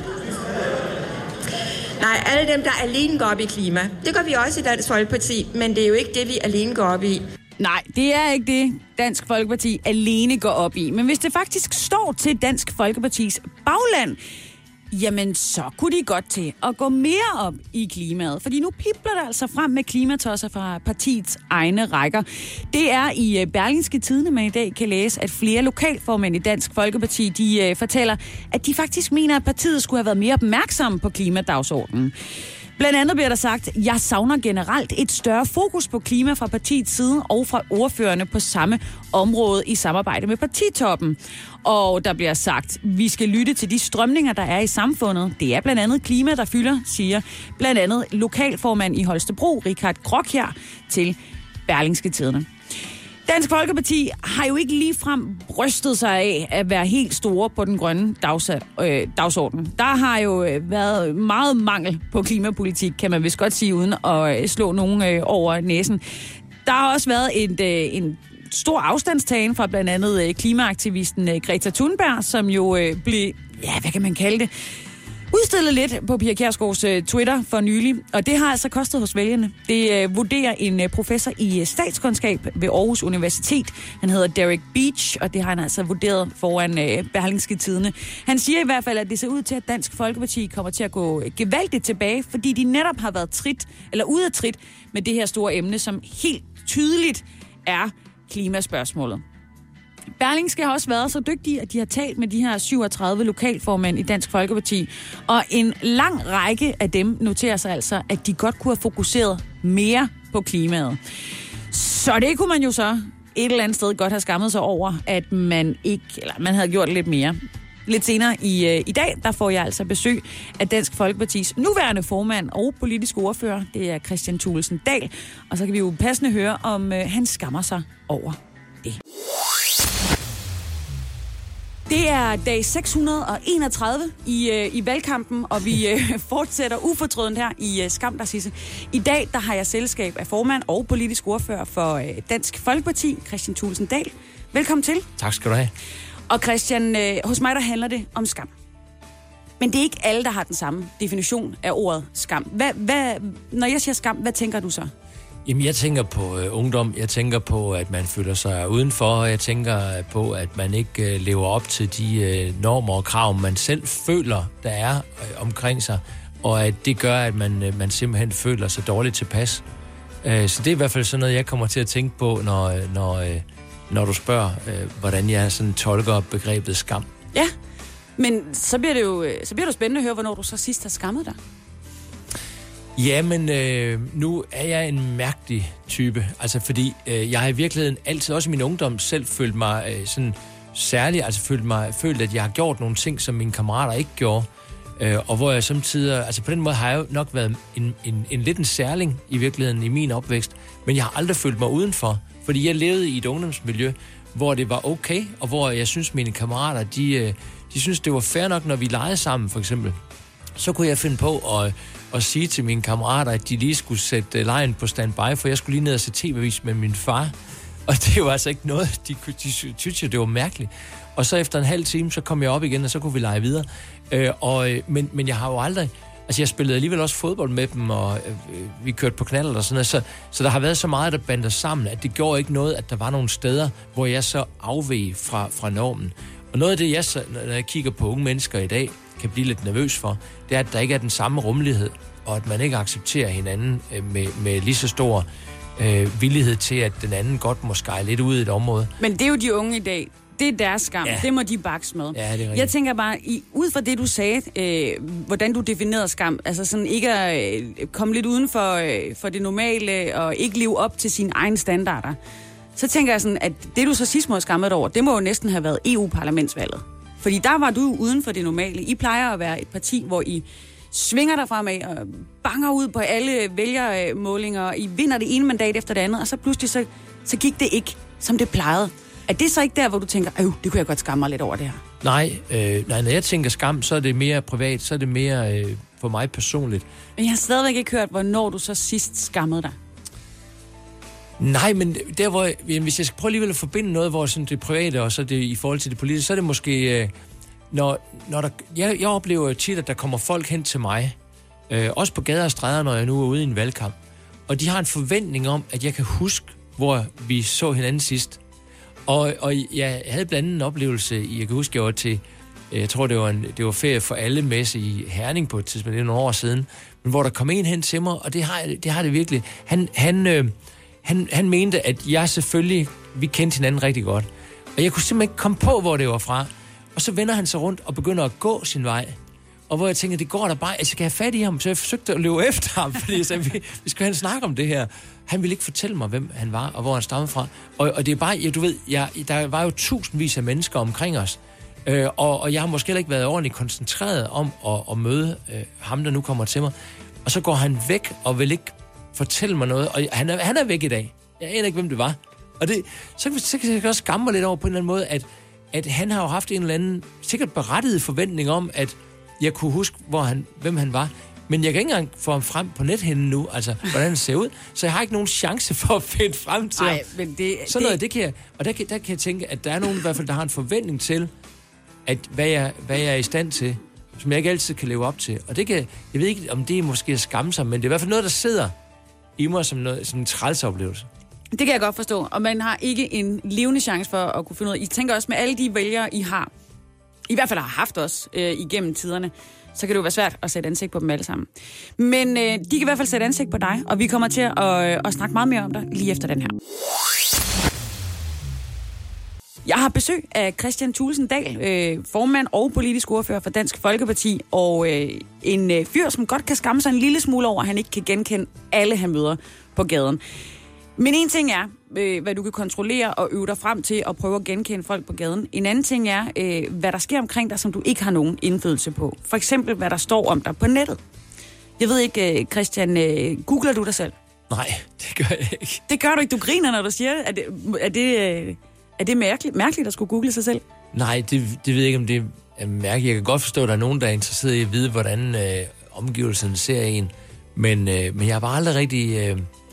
Nej, alle dem, der alene går op i klima. Det gør vi også i Dansk Folkeparti, men det er jo ikke det, vi alene går op i. Nej, det er ikke det, Dansk Folkeparti alene går op i. Men hvis det faktisk står til Dansk Folkepartis bagland, jamen så kunne de godt til at gå mere op i klimaet. Fordi nu pipler der altså frem med klimatosser fra partiets egne rækker. Det er i Berlingske Tidende, man i dag kan læse, at flere lokalformænd i Dansk Folkeparti, de fortæller, at de faktisk mener, at partiet skulle have været mere opmærksomme på klimadagsordenen. Blandt andet bliver der sagt, jeg savner generelt et større fokus på klima fra partiets side og fra ordførerne på samme område i samarbejde med partitoppen. Og der bliver sagt, vi skal lytte til de strømninger, der er i samfundet. Det er blandt andet klima, der fylder, siger blandt andet lokalformand i Holstebro, Richard Grokjær, til Berlingske Tidende. Dansk Folkeparti har jo ikke ligefrem brystet sig af at være helt store på den grønne dagsorden. Der har jo været meget mangel på klimapolitik, kan man vist godt sige, uden at slå nogen over næsen. Der har også været en stor afstandstagen fra blandt andet klimaaktivisten Greta Thunberg, som jo blev, hvad kan man kalde det, udstillet lidt på Pia Kjærsgaards Twitter for nylig, og det har altså kostet hos vælgerne. Det vurderer en professor i statskundskab ved Aarhus Universitet. Han hedder Derek Beach, og det har han altså vurderet foran Berlingske Tidende. Han siger i hvert fald, at det ser ud til, at Dansk Folkeparti kommer til at gå gevaldigt tilbage, fordi de netop har været ude af trit med det her store emne, som helt tydeligt er klimaspørgsmålet. Berlingske har også været så dygtige, at de har talt med de her 37 lokalformænd i Dansk Folkeparti, og en lang række af dem noterer sig altså, at de godt kunne have fokuseret mere på klimaet. Så det kunne man jo så et eller andet sted godt have skammet sig over, at man havde gjort lidt mere. Lidt senere i dag, der får jeg altså besøg af Dansk Folkepartis nuværende formand og politisk ordfører. Det er Kristian Thulesen Dahl, og så kan vi jo passende høre, om han skammer sig over det. Det er dag 631 i valgkampen, og vi fortsætter ufortrødent her i Skam dig, Sisse. I dag der har jeg selskab af formand og politisk ordfører for Dansk Folkeparti, Kristian Thulesen Dahl. Velkommen til. Tak skal du have. Og Kristian, hos mig der handler det om skam. Men det er ikke alle, der har den samme definition af ordet skam. Når jeg siger skam, hvad tænker du så? Jamen, jeg tænker på ungdom. Jeg tænker på, at man føler sig udenfor. Jeg tænker på, at man ikke lever op til de normer og krav, man selv føler, der er omkring sig. Og at det gør, at man simpelthen føler sig dårligt tilpas. Så det er i hvert fald sådan noget, jeg kommer til at tænke på, når du spørger, hvordan jeg sådan tolker begrebet skam. Ja, men så bliver det spændende at høre, hvornår du så sidst har skammet dig. Jamen, nu er jeg en mærkelig type. Altså, fordi jeg har i virkeligheden altid, også i min ungdom, selv følt mig sådan særlig, altså følt, at jeg har gjort nogle ting, som mine kammerater ikke gjorde. Og hvor jeg samtidig, altså på den måde har jeg jo nok været en lidt en særling i virkeligheden i min opvækst, men jeg har aldrig følt mig udenfor, Fordi jeg levede i et ungdomsmiljø, hvor det var okay, og hvor jeg synes, mine kammerater, de synes, det var fair nok, når vi legede sammen, for eksempel. Så kunne jeg finde på at sige til mine kammerater, at de lige skulle sætte legen på standby, for jeg skulle lige ned og se TV-avis med min far. Og det var altså ikke noget, de syntes, det var mærkeligt. Og så efter en halv time, så kom jeg op igen, og så kunne vi lege videre. Men jeg har jo aldrig... Altså, jeg spillede alligevel også fodbold med dem, og vi kørte på knalder og sådan noget. Så der har været så meget, der bander sammen, at det gjorde ikke noget, at der var nogle steder, hvor jeg så afveg fra normen. Og noget af det, jeg så, når jeg kigger på unge mennesker i dag, kan blive lidt nervøs for, det er, at der ikke er den samme rummelighed, og at man ikke accepterer hinanden med lige så stor villighed til, at den anden godt må skære lidt ud i et område. Men det er jo de unge i dag. Det er deres skam. Ja. Det må de bakse med. Ja, det er rigtigt. Jeg tænker bare, ud fra det, du sagde, hvordan du definerede skam, altså sådan ikke at komme lidt uden for det normale, og ikke leve op til sine egne standarder, så tænker jeg sådan, at det, du så sidst må skamme dig over, det må jo næsten have været EU-parlamentsvalget. Fordi der var du uden for det normale. I plejer at være et parti, hvor I svinger dig fremad og banger ud på alle vælgermålinger, og I vinder det ene mandat efter det andet, og så pludselig så gik det ikke, som det plejede. Er det så ikke der, hvor du tænker, det kunne jeg godt skamme mig lidt over det her? Nej, når jeg tænker skam, så er det mere privat, så er det mere for mig personligt. Men jeg har stadigvæk ikke hørt, hvornår du så sidst skammede dig. Nej, men der hvor, hvis jeg skal prøve alligevel at forbinde noget, hvor sådan det private og så det i forhold til det politiske, så er det måske, når der, jeg oplever tit, at der kommer folk hen til mig, også på gader og stræder, når jeg nu er ude i en valgkamp, og de har en forventning om, at jeg kan huske, hvor vi så hinanden sidst. Og jeg havde blandt andet en oplevelse, jeg kan huske, jeg var til, jeg tror, det var ferie for alle messe i Herning på et tidspunkt, det er nogle år siden, men hvor der kom en hen til mig, og det har det virkelig. Han mente, at jeg selvfølgelig, vi kendte hinanden rigtig godt. Og jeg kunne simpelthen ikke komme på, hvor det var fra. Og så vender han sig rundt og begynder at gå sin vej. Og hvor jeg tænker, det går der bare, jeg skal have fat i ham. Så jeg forsøgte at løbe efter ham, fordi jeg sagde, vi skal have en snak om det her. Han ville ikke fortælle mig, hvem han var, og hvor han stammede fra. Og det er bare, du ved, der var jo tusindvis af mennesker omkring os. Og jeg har måske heller ikke været ordentligt koncentreret om at møde ham, der nu kommer til mig. Og så går han væk og vil ikke fortælle mig noget. Og han er væk i dag. Jeg aner ikke, hvem det var. Og så kan jeg også skamme mig lidt over på en eller anden måde, at han har jo haft en eller anden sikkert berettiget forventning om, at jeg kunne huske, hvem han var. Men jeg kan ikke engang få ham frem på nethinden nu, altså hvordan han ser ud. Så jeg har ikke nogen chance for at finde frem til ham. Men det kan jeg. Og der kan jeg tænke, at der er nogen i hvert fald, der har en forventning til, at hvad jeg er i stand til, som jeg ikke altid kan leve op til. Og det kan, jeg ved ikke, om det er måske at skamme sig, men det er i hvert fald noget, der sidder i mig som en trælsoplevelse. Det kan jeg godt forstå, og man har ikke en levende chance for at kunne finde ud af. I tænker også med alle de vælgere, I har, i hvert fald har haft os igennem tiderne, så kan det jo være svært at sætte ansigt på dem alle sammen. Men de kan i hvert fald sætte ansigt på dig, og vi kommer til at snakke meget mere om dig lige efter den her. Jeg har besøg af Kristian Thulesen Dahl, formand og politisk ordfører for Dansk Folkeparti, og en fyr, som godt kan skamme sig en lille smule over, at han ikke kan genkende alle, han møder på gaden. Men en ting er, hvad du kan kontrollere og øve dig frem til at prøve at genkende folk på gaden. En anden ting er, hvad der sker omkring dig, som du ikke har nogen indflydelse på. For eksempel, hvad der står om dig på nettet. Jeg ved ikke, Christian, googler du dig selv? Nej, det gør jeg ikke. Det gør du ikke? Du griner, når du siger det. Er det mærkeligt at skulle google sig selv? Nej, det ved jeg ikke, om det er mærkeligt. Jeg kan godt forstå, at der er nogen, der er interesseret i at vide, hvordan omgivelserne ser en. Men jeg har bare aldrig rigtig...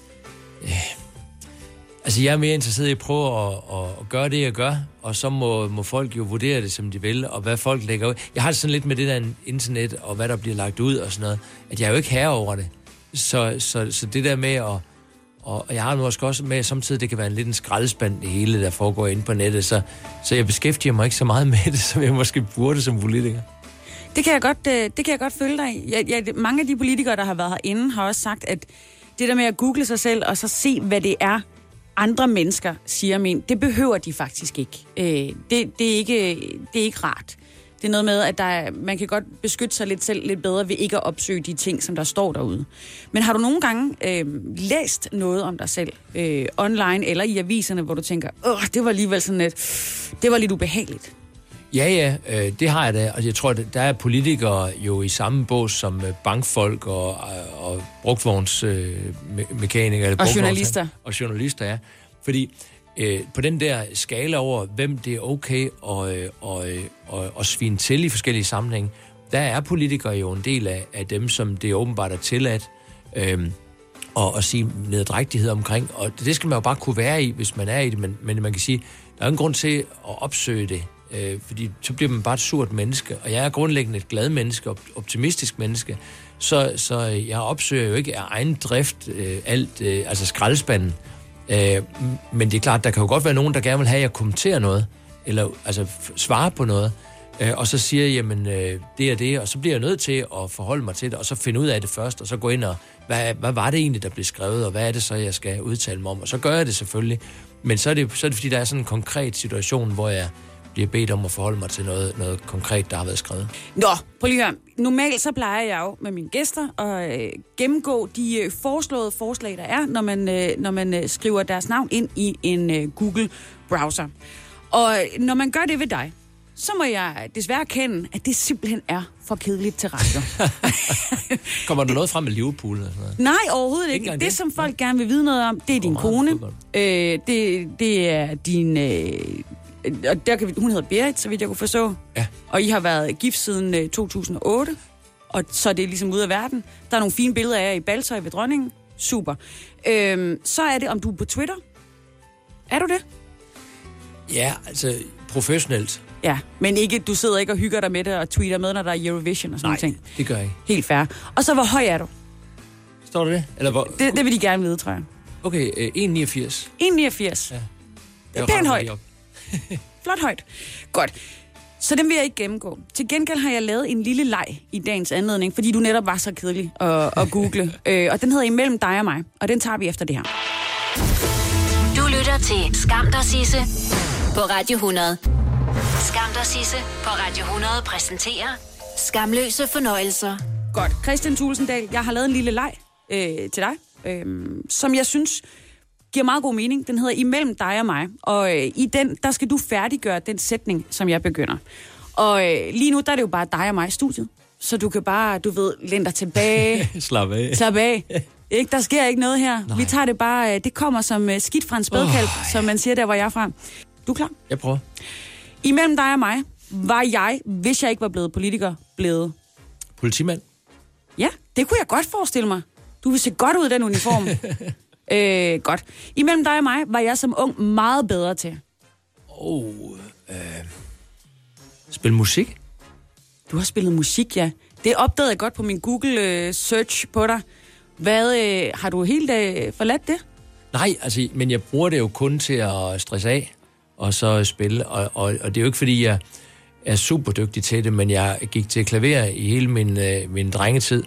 Altså, jeg er mere interesseret i at prøve at gøre det, jeg gør, og så må folk jo vurdere det, som de vil, og hvad folk lægger ud. Jeg har det sådan lidt med det der internet, og hvad der bliver lagt ud og sådan noget, at jeg er jo ikke herre over det. Så det der med og jeg har nu også med, at samtidig det kan være lidt en skraldespand, det hele, der foregår inde på nettet, så jeg beskæftiger mig ikke så meget med det, som jeg måske burde som politiker. Det kan jeg godt følge dig i. Mange af de politikere, der har været herinde, har også sagt, at det der med at google sig selv, og så se, hvad det er, andre mennesker siger om en, det behøver de faktisk ikke. Det er ikke rart. Det er noget med, at man kan godt beskytte sig lidt bedre ved ikke at opsøge de ting, som der står derude. Men har du nogle gange læst noget om dig selv online eller i aviserne, hvor du tænker, det var alligevel sådan det var lidt ubehageligt? Ja, det har jeg da. Og jeg tror, der er politikere jo i samme bås som bankfolk og brugtvognsmekanikere. Og journalister. Og journalister, ja. Fordi på den der skala over, hvem det er okay at svine til i forskellige sammenhænge, der er politikere jo en del af dem, som det åbenbart er tilladt at sige nederdrægtighed omkring. Og det skal man jo bare kunne være i, hvis man er i det. Men man kan sige, der er en grund til at opsøge det. Fordi så bliver man bare et surt menneske. Og jeg er grundlæggende et glad menneske, optimistisk menneske. Så jeg opsøger jo ikke af egen drift altså skraldespanden. Men det er klart, der kan jo godt være nogen, der gerne vil have, at jeg kommenterer noget, eller altså svare på noget, og så siger jeg, jamen, det er det, og så bliver jeg nødt til at forholde mig til det, og så finde ud af det først, og så gå ind og, hvad var det egentlig, der blev skrevet, og hvad er det så, jeg skal udtale mig om, og så gør jeg det selvfølgelig. Men så er det fordi, der er sådan en konkret situation, hvor jeg bliver bedt om at forholde mig til noget konkret, der har været skrevet. Nå, prøv lige at høre. Normalt så plejer jeg jo med mine gæster at gennemgå de foreslåede forslag, der er, når man skriver deres navn ind i en Google-browser. Og når man gør det ved dig, så må jeg desværre erkende, at det simpelthen er for kedeligt til radio. Kommer der noget frem med Liverpool? Eller sådan noget? Nej, overhovedet ikke. Det, som folk gerne vil vide noget om, det er din kone. Det er din... Og der hun hedder Berit, så vidt jeg kunne forstå. Ja. Og I har været gift siden 2008. Og så er det ligesom ude af verden. Der er nogle fine billeder af jer i Baltøj ved Dronningen. Super. Så er det, om du er på Twitter. Er du det? Ja, altså professionelt. Ja, men ikke, du sidder ikke og hygger dig med det og tweeter med, når der er Eurovision og sådan noget ting. Nej, det gør jeg ikke. Helt fair. Og så, hvor høj er du? Står der det? Eller hvor? Det vil de gerne vide, tror jeg. Okay, 1,89. 1,89. Ja. Det er pænt højt. Flot højt. Godt. Så den vil jeg ikke gennemgå. Til gengæld har jeg lavet en lille leg i dagens anledning, fordi du netop var så kedelig at google. Og den hedder Imellem dig og mig, og den tager vi efter det her. Du lytter til Skam dig, Sisse på Radio 100. Skam dig, Sisse på Radio 100 præsenterer Skamløse fornøjelser. Godt. Christian Tulsendal, jeg har lavet en lille leg til dig, som jeg synes giver meget god mening. Den hedder Imellem dig og mig. Og i den, der skal du færdiggøre den sætning, som jeg begynder. Og lige nu, der er det jo bare dig og mig i studiet. Så du kan bare, du ved, læne dig tilbage. Slap af. Slap af. Ikke, der sker ikke noget her. Nej. Vi tager det bare, det kommer som skidt fra en spædkalv, som man siger der, hvor jeg er fra. Du er klar? Jeg prøver. Imellem dig og mig var jeg, hvis jeg ikke var blevet politiker, blevet... Politimand? Ja, det kunne jeg godt forestille mig. Du vil se godt ud i den uniform. Godt. Imellem dig og mig var jeg som ung meget bedre til. Spil musik? Du har spillet musik, ja. Det opdagede jeg godt på min Google search på dig. Hvad, har du helt forladt det? Nej, altså, men jeg bruger det jo kun til at stresse af, og så spille. Og det er jo ikke, fordi jeg er super dygtig til det, men jeg gik til klaver i hele min drengetid,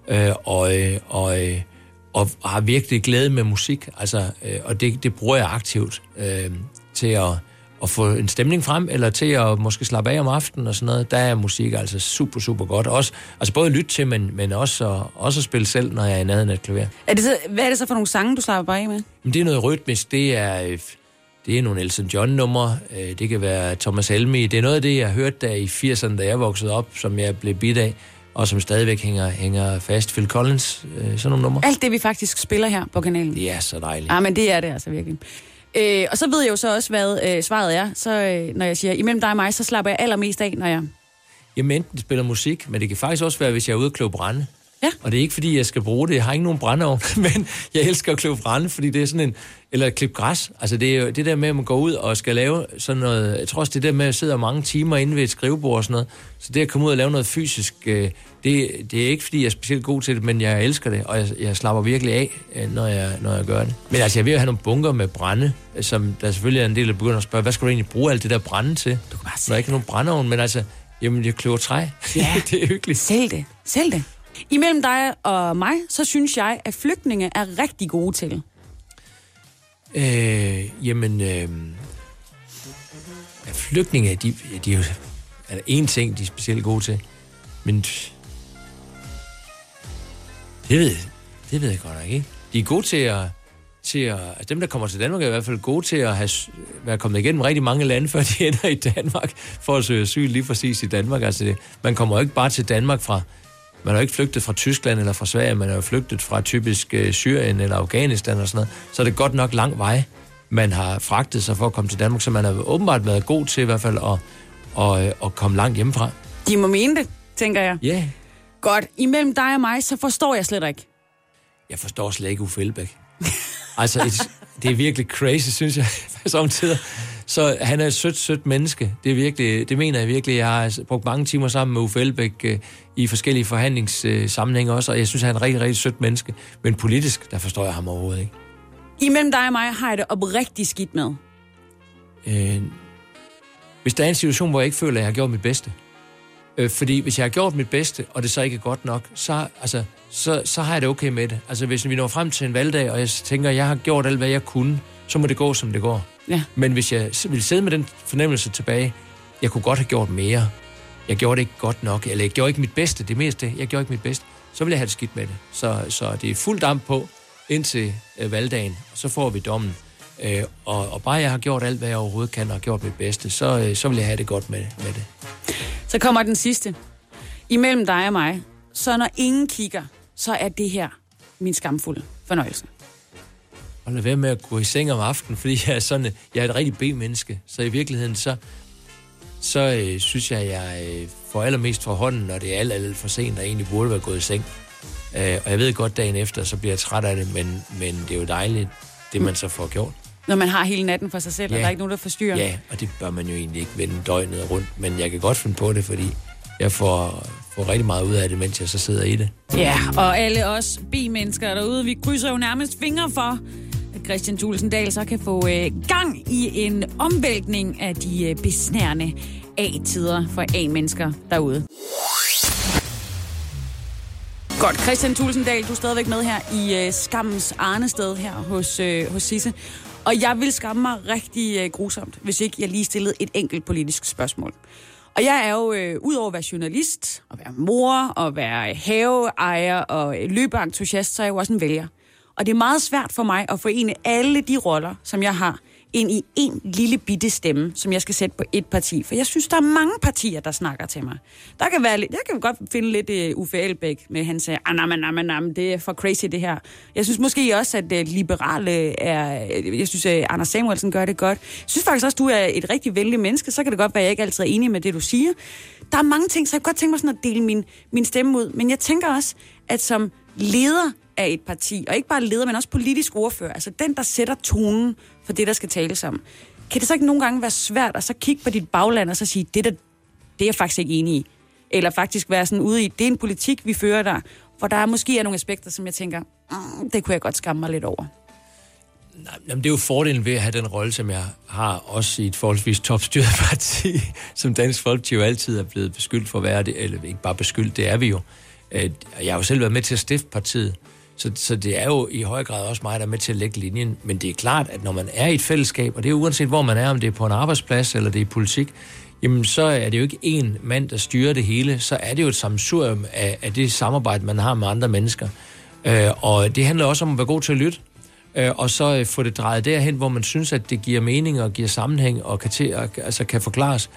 og har virkelig glæde med musik. Altså, og det bruger jeg aktivt til at få en stemning frem, eller til at måske slappe af om aftenen og sådan noget. Der er musik altså super, super godt. Også, altså både lytte til, men også at spille selv, når jeg er i nærheden af et klaver. Hvad er det så for nogle sange, du slapper bare af med? Men det er noget rytmisk. Det er nogle Elton John-numre. Det kan være Thomas Helmig. Det er noget af det, jeg hørte der i 80'erne, da jeg voksede op, som jeg blev bidt af, og som stadigvæk hænger fast. Phil Collins, sådan nogle numre. Alt det, vi faktisk spiller her på kanalen. Det er så dejligt. Ja, men det er det altså virkelig. Og så ved jeg jo så også, hvad svaret er. Så når jeg siger, imellem dig og mig, så slapper jeg allermest af, når jeg... Jamen enten spiller musik, men det kan faktisk også være, hvis jeg er ude at kløve brænde. Ja. Og det er ikke, fordi jeg skal bruge det. Jeg har ikke nogen brændeovn, men jeg elsker at kløve brænde, fordi det er sådan en... Eller klippe græs. Altså det er jo det der med, at man går ud og skal lave sådan noget... Jeg tror også, det der med at sidde mange timer inde ved et skrivebord og sådan noget. Så det at komme ud og lave noget fysisk, det er ikke, fordi jeg er specielt god til det, men jeg elsker det, og jeg slapper virkelig af, når jeg gør det. Men altså, jeg vil jo have nogle bunker med brænde, som der selvfølgelig er en del, der begynder at spørge, hvad skal du egentlig bruge alt det der brænde til? Du kan bare når jeg ikke har nogen brændeovn, men altså, jamen, jeg kløver træ. Ja. Det er hyggeligt. Sælg det. Imellem dig og mig, så synes jeg, at flygtninge er rigtig gode til. Flygtninge, de er jo... Er der én ting, de er specielt gode til? Men... Det ved jeg godt nok ikke. De er gode til at altså dem, der kommer til Danmark, er i hvert fald gode til at være kommet igennem rigtig mange lande, før de ender i Danmark, for at søge asyl lige præcis i Danmark. Altså man kommer jo ikke bare til Danmark fra... Man er jo ikke flygtet fra Tyskland eller fra Sverige, man er jo flygtet fra typisk Syrien eller Afghanistan og sådan noget. Så er det godt nok lang vej. man har fragtet sig for at komme til Danmark, så man har åbenbart været god til i hvert fald at komme langt hjemmefra. De må mene det, tænker jeg. Ja. Yeah. Godt. Imellem dig og mig, så forstår jeg slet ikke. Jeg forstår slet ikke Uffe Elbæk. Altså, det er virkelig crazy, synes jeg, samtidig. Så han er et sødt menneske. Det mener jeg virkelig. Jeg har brugt mange timer sammen med Uffe Elbæk i forskellige forhandlingssammenhænge også, og jeg synes, han er et rigtig, rigtig sødt menneske. Men politisk, der forstår jeg ham overhovedet ikke. Imellem dig og mig har jeg det oprigtigt skidt med. Hvis der er en situation, hvor jeg ikke føler, at jeg har gjort mit bedste. Fordi hvis jeg har gjort mit bedste, og det så ikke er godt nok, så har jeg det okay med det. Altså hvis vi når frem til en valgdag, og jeg tænker, at jeg har gjort alt, hvad jeg kunne, så må det gå, som det går. Ja. Men hvis jeg vil sidde med den fornemmelse tilbage, jeg kunne godt have gjort mere. Jeg gjorde det ikke godt nok, eller jeg gjorde ikke mit bedste, det meste, jeg gjorde ikke mit bedste, så vil jeg have det skidt med det. Så det er fuld damp på indtil valgdagen, og så får vi dommen. Og bare jeg har gjort alt, hvad jeg overhovedet kan, og har gjort mit bedste, så vil jeg have det godt med det. Så kommer den sidste. Imellem dig og mig, så når ingen kigger, så er det her min skamfulde fornøjelse. Og lad være med at gå i seng om aftenen, fordi jeg er et rigtig B-menneske. Så i virkeligheden, så synes jeg får allermest fra hånden, når det er alt for sent, og egentlig burde være gået i seng. Og jeg ved godt, dagen efter, så bliver jeg træt af det, men det er jo dejligt, det man så får gjort. Når man har hele natten for sig selv, og der er ikke nogen, der forstyrrer. Ja, og det bør man jo egentlig ikke vende døgnet rundt, men jeg kan godt finde på det, fordi jeg får rigtig meget ud af det, mens jeg så sidder i det. Ja, og alle os B-mennesker derude, vi krydser jo nærmest fingre for, at Kristian Thulesen Dahl så kan få gang i en omvæltning af de besnærende A-tider for A-mennesker derude. Godt, Kristian Thulesen Dahl, du er stadigvæk med her i skammens arnested her hos Sisse. Og jeg vil skamme mig rigtig grusomt, hvis ikke jeg lige stillede et enkelt politisk spørgsmål. Og jeg er jo, udover at være journalist, og være mor, og være haveejer og løbeentusiast, så er jeg jo også en vælger. Og det er meget svært for mig at forene alle de roller, som jeg har, ind i en lille bitte stemme, som jeg skal sætte på et parti. For jeg synes, der er mange partier, der snakker til mig. Der kan være lidt, jeg kan godt finde lidt Uffe Elbæk med, han siger, det er for crazy det her. Jeg synes måske også, at liberale jeg synes, at Anders Samuelsen gør det godt. Jeg synes faktisk også, at du er et rigtig venligt menneske, så kan det godt være, at jeg ikke altid er enig med det, du siger. Der er mange ting, så jeg kan godt tænke mig sådan at dele min stemme ud. Men jeg tænker også, at som leder af et parti, og ikke bare leder, men også politisk ordfører, altså den, der sætter tonen for det, der skal tales om. Kan det så ikke nogle gange være svært at så kigge på dit bagland og så sige, det er jeg faktisk ikke enig i? Eller faktisk være sådan ude i, det er en politik, vi fører der, hvor der måske er nogle aspekter, som jeg tænker, det kunne jeg godt skamme mig lidt over. Jamen, det er jo fordelen ved at have den rolle, som jeg har, også i et forholdsvis topstyret parti, som Dansk Folkeparti jo altid er blevet beskyldt for at være det, eller ikke bare beskyldt, det er vi jo. Jeg har jo selv været med til at stifte partiet, så det er jo i høj grad også mig, der er med til at lægge linjen. Men det er klart, at når man er i et fællesskab, og det er uanset hvor man er, om det er på en arbejdsplads eller det er i politik, jamen så er det jo ikke én mand, der styrer det hele. Så er det jo et sammensurium af det samarbejde, man har med andre mennesker. Og det handler også om at være god til at lytte, og så få det drejet derhen, hvor man synes, at det giver mening og giver sammenhæng og kan forklares.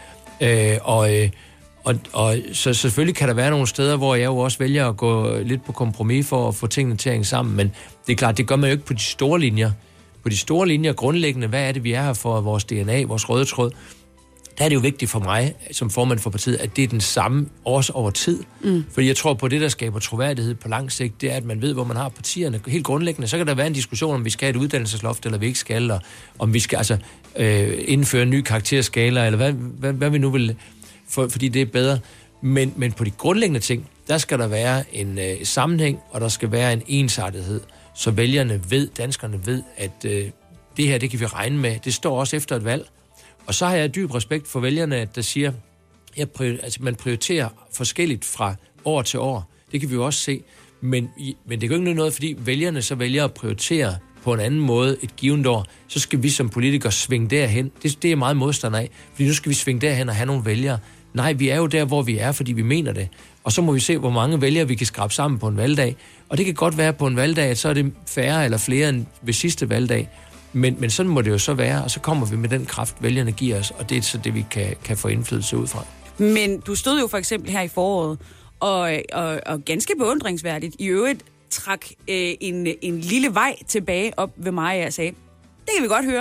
Og så selvfølgelig kan der være nogle steder, hvor jeg jo også vælger at gå lidt på kompromis for at få tingene til at hænge sammen, men det er klart, det gør man jo ikke på de store linjer. På de store linjer grundlæggende, hvad er det, vi er her for, vores DNA, vores røde tråd, der er det jo vigtigt for mig, som formand for partiet, at det er den samme også over tid. Fordi jeg tror på det, der skaber troværdighed på lang sigt, det er, at man ved, hvor man har partierne. Helt grundlæggende, så kan der være en diskussion, om vi skal have et uddannelsesloft, eller vi ikke skal, og om vi skal indføre en ny karakterskala, eller hvad vi nu vil, fordi det er bedre. Men på de grundlæggende ting, der skal der være en sammenhæng, og der skal være en ensartethed, så vælgerne ved, danskerne ved, at det her, det kan vi regne med. Det står også efter et valg. Og så har jeg dyb respekt for vælgerne, der siger, man prioriterer forskelligt fra år til år. Det kan vi jo også se. Men det kan jo ikke noget, fordi vælgerne så vælger at prioritere på en anden måde et givet år, så skal vi som politikere svinge derhen. Det er meget modstander af, fordi nu skal vi svinge derhen og have nogle vælgere. Nej, vi er jo der, hvor vi er, fordi vi mener det. Og så må vi se, hvor mange vælgere vi kan skrabe sammen på en valgdag. Og det kan godt være på en valgdag, at så er det færre eller flere end ved sidste valgdag. Men sådan må det jo så være, og så kommer vi med den kraft, vælgerne giver os, og det er så det, vi kan få indflydelse ud fra. Men du stod jo for eksempel her i foråret, og ganske beundringsværdigt i øvrigt trak en lille vej tilbage op ved mig, og jeg sagde, det kan vi godt høre.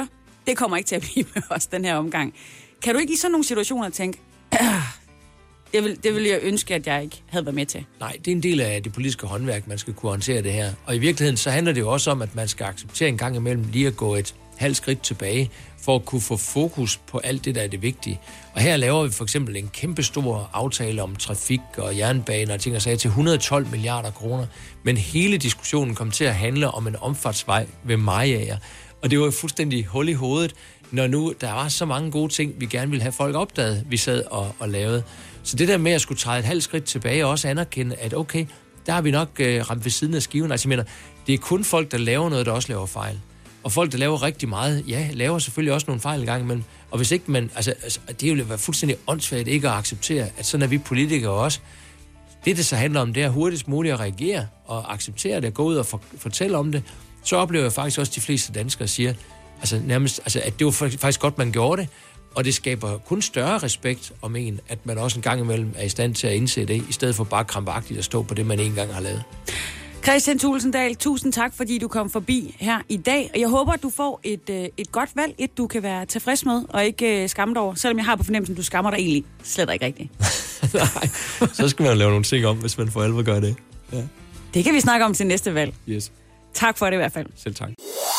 Det kommer ikke til at blive med os den her omgang. Kan du ikke i sådan nogle situationer tænke, det vil jeg ønske, at jeg ikke havde været med til? Nej, det er en del af det politiske håndværk, man skal kunne håndtere det her. Og i virkeligheden, så handler det jo også om, at man skal acceptere en gang imellem lige at gå et halvt skridt tilbage, for at kunne få fokus på alt det, der er det vigtige. Og her laver vi for eksempel en kæmpestor aftale om trafik og jernbaner og ting og sager til 112 milliarder kroner. Men hele diskussionen kom til at handle om en omfartsvej ved Mariager. Og det var fuldstændig hul i hovedet, når nu der var så mange gode ting, vi gerne ville have folk opdaget, vi sad og lavede. Så det der med at skulle træde et halvt skridt tilbage og også anerkende, at okay, der har vi nok ramt ved siden af skiven. Altså jeg mener, det er kun folk, der laver noget, der også laver fejl. Og folk, der laver rigtig meget, ja, laver selvfølgelig også nogle fejl en gang imellem. Og hvis ikke man, altså det er jo være fuldstændig åndssvagt ikke at acceptere, at sådan er vi politikere også. Det så handler om, det er hurtigst muligt at reagere og acceptere det, gå ud og fortælle om det. Så oplever jeg faktisk også, at de fleste danskere siger, altså nærmest, altså, at det var faktisk godt, man gjorde det. Og det skaber kun større respekt om en, at man også en gang imellem er i stand til at indse det, i stedet for bare krampagtigt at stå på det, man en gang har lavet. Christian Thulesen Dahl, tusind tak, fordi du kom forbi her i dag. Og jeg håber, at du får et godt valg, et du kan være tilfreds med, og ikke skamme dig over. Selvom jeg har på fornemmelsen, at du skammer dig egentlig slet ikke rigtigt. Nej, så skal man lave nogle ting om, hvis man for alvor gør det. Ja. Det kan vi snakke om til næste valg. Yes. Tak for det i hvert fald. Selv tak.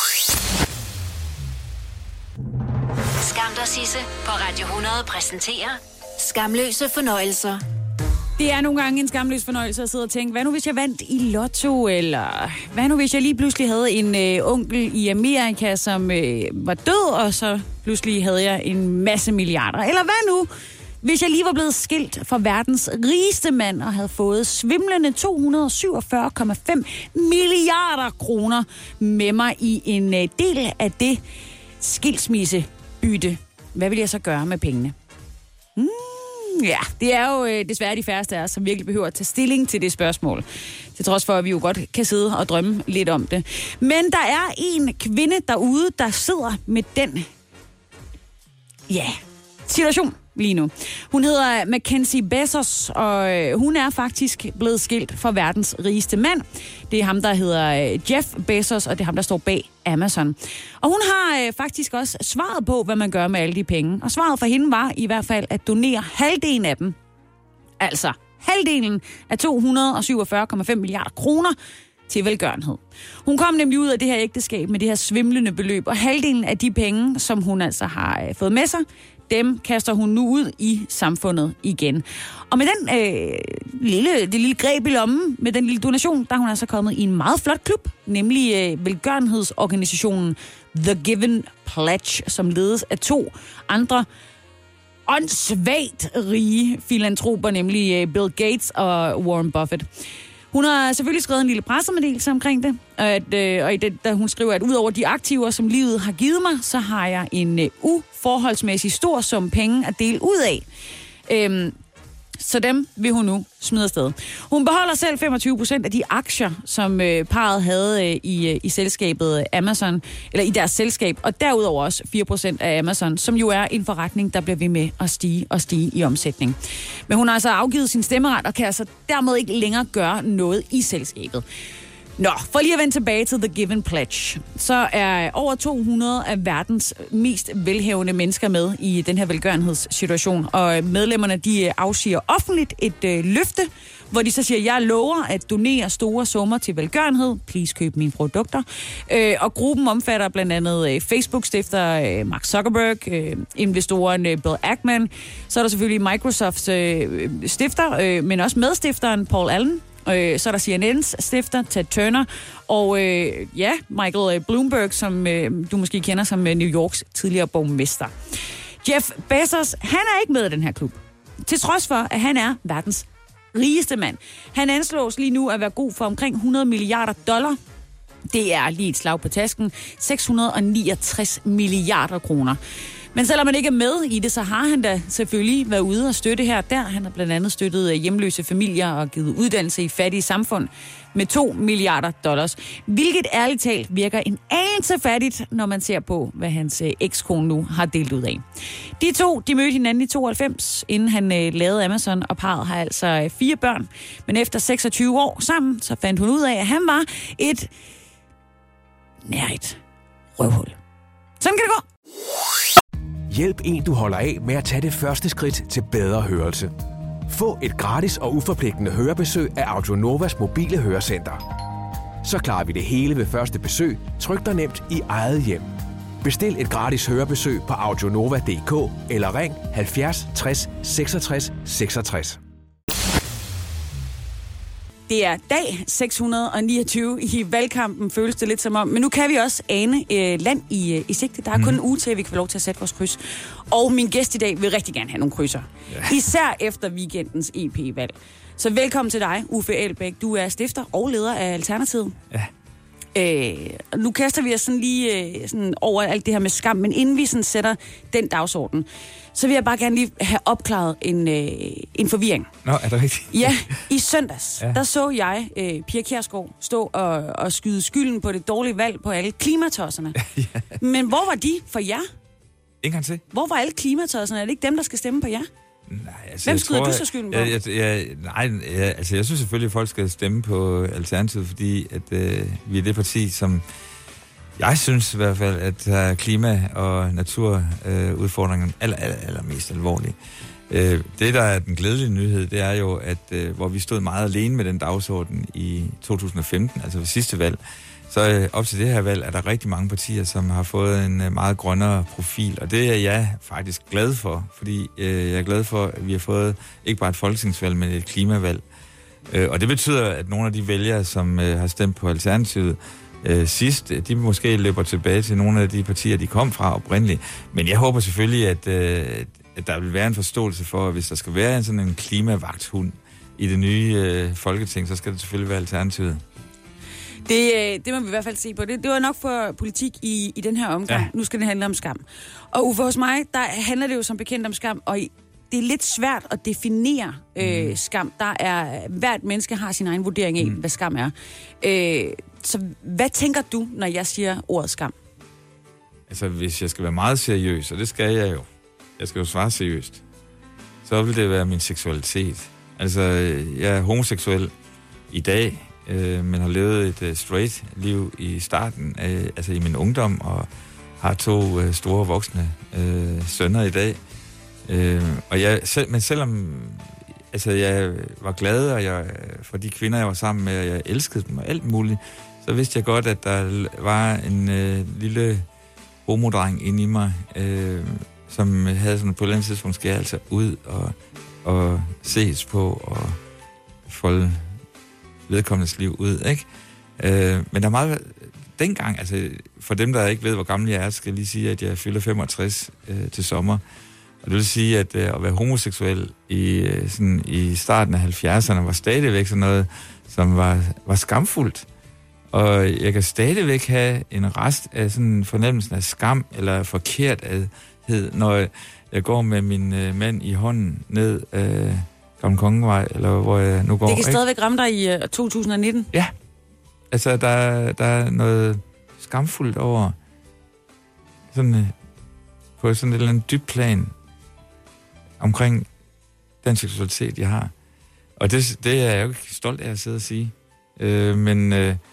Skam dig, Sisse på Radio 100 præsenterer Skamløse fornøjelser. Det er nogle gange en skamløs fornøjelse at sidde og tænke, hvad nu hvis jeg vandt i lotto, eller hvad nu hvis jeg lige pludselig havde en onkel i Amerika, som var død, og så pludselig havde jeg en masse milliarder. Eller hvad nu, hvis jeg lige var blevet skilt fra verdens rigeste mand og havde fået svimlende 247,5 milliarder kroner med mig i en del af det skilsmissebytte. Hvad vil jeg så gøre med pengene? Ja, det er jo desværre de færreste af os, som virkelig behøver at tage stilling til det spørgsmål. Til trods for, at vi jo godt kan sidde og drømme lidt om det. Men der er en kvinde derude, der sidder med den situation lige nu. Hun hedder Mackenzie Bezos, og hun er faktisk blevet skilt fra verdens rigeste mand. Det er ham, der hedder Jeff Bezos, og det er ham, der står bag Amazon. Og hun har faktisk også svaret på, hvad man gør med alle de penge. Og svaret for hende var i hvert fald at donere halvdelen af dem. Altså halvdelen af 247,5 milliarder kroner til velgørenhed. Hun kom nemlig ud af det her ægteskab med det her svimlende beløb, og halvdelen af de penge, som hun altså har fået med sig, dem kaster hun nu ud i samfundet igen. Og med den det lille greb i lommen, med den lille donation, der er hun altså kommet i en meget flot klub, nemlig velgørenhedsorganisationen The Given Pledge, som ledes af 2 andre åndssvagt rige filantroper, nemlig Bill Gates og Warren Buffett. Hun har selvfølgelig skrevet en lille pressemeddelelse omkring det, og i det, der hun skriver, at udover de aktiver, som livet har givet mig, så har jeg en uforholdsmæssig stor sum penge at dele ud af. Så dem vil hun nu smide afsted. Hun beholder selv 25% af de aktier, som parret havde i selskabet Amazon, eller i deres selskab, og derudover også 4% af Amazon, som jo er en forretning, der bliver ved med at stige i omsætning. Men hun har altså afgivet sin stemmeret, og kan altså dermed ikke længere gøre noget i selskabet. Nå, for lige at vende tilbage til The Given Pledge, så er over 200 af verdens mest velhavende mennesker med i den her velgørenhedssituation, og medlemmerne de afsiger offentligt et løfte, hvor de så siger, jeg lover at donere store summer til velgørenhed, please køb mine produkter, og gruppen omfatter blandt andet Facebook-stifter Mark Zuckerberg, investoren Bill Ackman, så er der selvfølgelig Microsofts stifter, men også medstifteren Paul Allen. Så er der CNN's stifter, Ted Turner, og Michael Bloomberg, som du måske kender som New Yorks tidligere borgmester. Jeff Bezos, han er ikke med i den her klub, til trods for, at han er verdens rigeste mand. Han anslås lige nu at være god for omkring $100 milliarder. Det er lige et slag på tasken, 669 milliarder kroner. Men selvom man ikke er med i det, så har han da selvfølgelig været ude og støtte her og der. Han har blandt andet støttet hjemløse familier og givet uddannelse i fattige samfund med $2 milliarder. Hvilket ærligt talt virker en anelse fattigt, når man ser på, hvad hans ekskone nu har delt ud af. De 2, de mødte hinanden i 92, inden han lavede Amazon, og parret har altså 4 børn. Men efter 26 år sammen, så fandt hun ud af, at han var et nærigt røvhul. Sådan kan det gå. Hjælp en, du holder af med at tage det første skridt til bedre hørelse. Få et gratis og uforpligtende hørebesøg af Audionovas mobile hørecenter. Så klarer vi det hele ved første besøg, tryk dig nemt i eget hjem. Bestil et gratis hørebesøg på audionova.dk eller ring 70 60 66 66. Det er dag 629 i valgkampen, føles det lidt som om. Men nu kan vi også ane land i sigte. Der er kun en uge til, at vi kan få lov til at sætte vores kryds. Og min gæst i dag vil rigtig gerne have nogle krydser. Ja. Især efter weekendens EP-valg. Så velkommen til dig, Uffe Elbæk. Du er stifter og leder af Alternativet. Ja. Nu kaster vi os sådan lige sådan over alt det her med skam, men inden vi sådan sætter den dagsorden, så vil jeg bare gerne lige have opklaret en forvirring. Nå, er det rigtigt? Ja, i søndags, der så jeg Pia Kjærsgaard stå og skyde skylden på det dårlige valg på alle klimatosserne. Ja. Men hvor var de for jer? Ingen kan se. Hvor var alle klimatosserne? Er det ikke dem, der skal stemme på jer? Nej, altså, hvem skyder du så skylden på? Jeg synes selvfølgelig, at folk skal stemme på Alternativet, fordi at, vi er det parti, som jeg synes i hvert fald, at klima- og naturudfordringerne allermest alvorlige. Det, der er den glædelige nyhed, det er jo, at hvor vi stod meget alene med den dagsorden i 2015, altså ved sidste valg, så op til det her valg er der rigtig mange partier, som har fået en meget grønnere profil, og det er jeg faktisk glad for, fordi jeg er glad for, at vi har fået ikke bare et folketingsvalg, men et klimavalg. Og det betyder, at nogle af de vælgere, som har stemt på Alternativet sidst, de måske løber tilbage til nogle af de partier, de kom fra oprindeligt. Men jeg håber selvfølgelig, at der vil være en forståelse for, at hvis der skal være sådan en klimavagthund i det nye folketing, så skal det selvfølgelig være Alternativet. Det må vi i hvert fald se på. Det var nok for politik i den her omgang. Ja. Nu skal det handle om skam. Og Uffe, hos mig, der handler det jo som bekendt om skam, og det er lidt svært at definere skam. Hvert menneske har sin egen vurdering af, hvad skam er. Så hvad tænker du, når jeg siger ordet skam? Altså, hvis jeg skal være meget seriøs, og det skal jeg jo. Jeg skal jo svare seriøst. Så vil det være min seksualitet. Altså, jeg er homoseksuel i dag, men har levet et straight liv i starten, altså i min ungdom, og har 2 store voksne sønner i dag. Men selvom altså, jeg var glad og for de kvinder, jeg var sammen med, og jeg elskede dem og alt muligt, så vidste jeg godt, at der var en lille homodreng inde i mig, som havde sådan på et eller andet tidspunkt skal jeg altså ud og ses på og folde vedkommendes liv ud, ikke? Men der er meget dengang, altså for dem, der ikke ved, hvor gammel jeg er, skal jeg lige sige, at jeg fylder 65 til sommer. Og det vil sige, at at være homoseksuel i starten af 70'erne var stadigvæk sådan noget, som var skamfuldt. Og jeg kan stadigvæk have en rest af sådan fornemmelsen af skam eller forkerthed, når jeg går med min mand i hånden ned Gamle Kongevej, eller hvor jeg nu går. Det kan stadigvæk ramme dig i 2019? Ja. Altså, der er noget skamfuldt over sådan på sådan et eller andet dybt plan omkring den seksualitet, jeg har. Og det er jeg jo ikke stolt af at sidde og sige. Men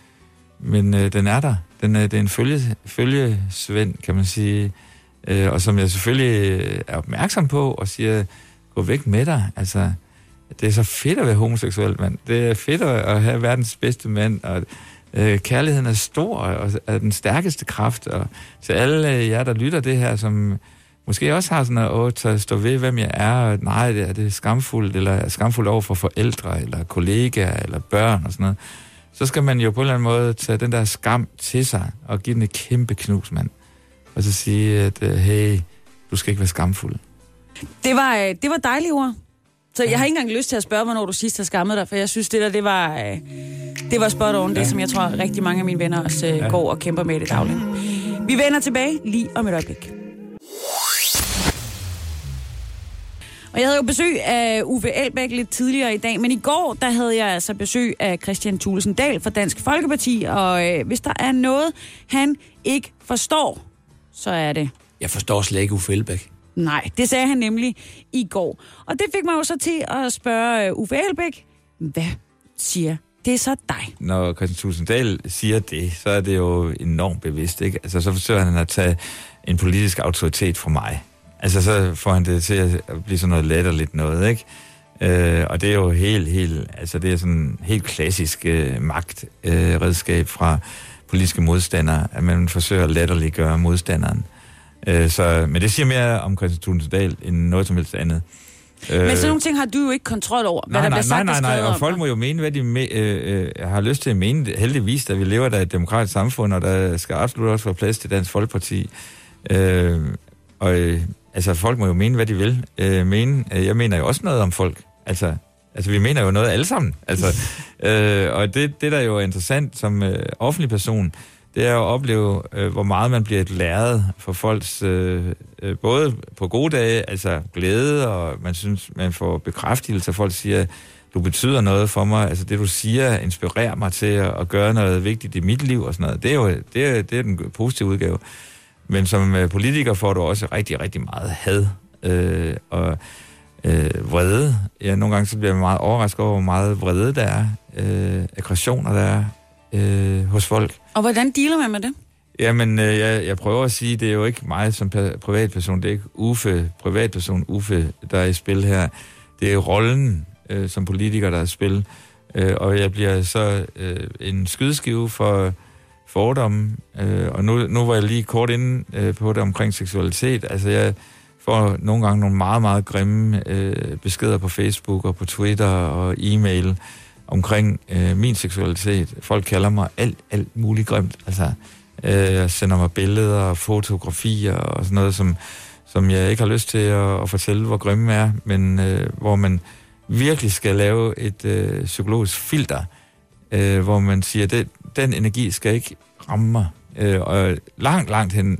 den er der. Det er en følgesvend, kan man sige. Og som jeg selvfølgelig er opmærksom på og siger, gå væk med dig. Altså, det er så fedt at være homoseksuel, mand. Det er fedt at have verdens bedste mand, og kærligheden er stor og er den stærkeste kraft. Og til alle jer, der lytter det her, som måske også har sådan at stå ved, hvem jeg er, og nej, det er skamfuldt, eller er skamfuldt over for forældre, eller kollegaer, eller børn og sådan noget, så skal man jo på en eller anden måde tage den der skam til sig, og give den et kæmpe knus, mand. Og så sige, at hey, du skal ikke være skamfuld. Det var dejlige ord. Så jeg har ikke engang lyst til at spørge, hvornår du sidst har skammet dig, for jeg synes, det var spot on, det som jeg tror rigtig mange af mine venner også går og kæmper med i det daglige. Vi vender tilbage lige om et øjeblik. Og jeg havde jo besøg af Uffe Elbæk lidt tidligere i dag, men i går, der havde jeg altså besøg af Kristian Thulesen Dahl fra Dansk Folkeparti, og hvis der er noget, han ikke forstår, så er det... Jeg forstår slet ikke Uffe Elbæk. Nej, det sagde han nemlig i går. Og det fik mig jo så til at spørge Uffe Elbæk, hvad siger Det er så dig. Når Kristian Thulesen Dahl siger det, så er det jo enormt bevidst, ikke? Altså, så forsøger han at tage en politisk autoritet fra mig. Altså, så får han det til at blive sådan noget latterligt noget, ikke? Og det er jo altså det er sådan helt klassisk magtredskab fra politiske modstandere, at man forsøger at latterliggøre modstanderen. Men det siger mere om Kristian Thulesen Dahl end noget som helst andet. Men sådan nogle ting har du jo ikke kontrol over, hvad der bliver sagt og skrevet om. Og folk må jo mene, hvad de har lyst til at mene. Heldigvis, da vi lever der i et demokratisk samfund, og der skal absolut også være plads til Dansk Folkeparti. Altså, folk må jo mene, hvad de vil mene. Jeg mener jo også noget om folk. Altså vi mener jo noget alle sammen. Altså, og det, der jo er interessant som offentlig person, det er at opleve, hvor meget man bliver et lærred for folks, både på gode dage, altså glæde, og man synes, man får bekræftelse, at folk siger, du betyder noget for mig, altså det, du siger, inspirerer mig til at gøre noget vigtigt i mit liv, og sådan noget. Det er den positive udgave. Men som politiker får du også rigtig, rigtig meget had og vrede. Ja, nogle gange så bliver jeg meget overrasket over, hvor meget vrede der er, aggressioner der er hos folk. Og hvordan dealer man med det? Jamen, jeg prøver at sige, det er jo ikke mig som privatperson, det er ikke privatperson Uffe, der er i spil her. Det er rollen som politiker, der er i spil. Og jeg bliver så en skydeskive for fordomme. Og nu var jeg lige kort inde på det omkring seksualitet. Altså, jeg får nogle gange nogle meget, meget grimme beskeder på Facebook og på Twitter og e-mail omkring min seksualitet. Folk kalder mig alt muligt grimt. Altså, jeg sender mig billeder og fotografier og sådan noget, som jeg ikke har lyst til at fortælle, hvor grimme er, men hvor man virkelig skal lave et psykologisk filter, hvor man siger, at den energi skal ikke ramme mig. Og langt hen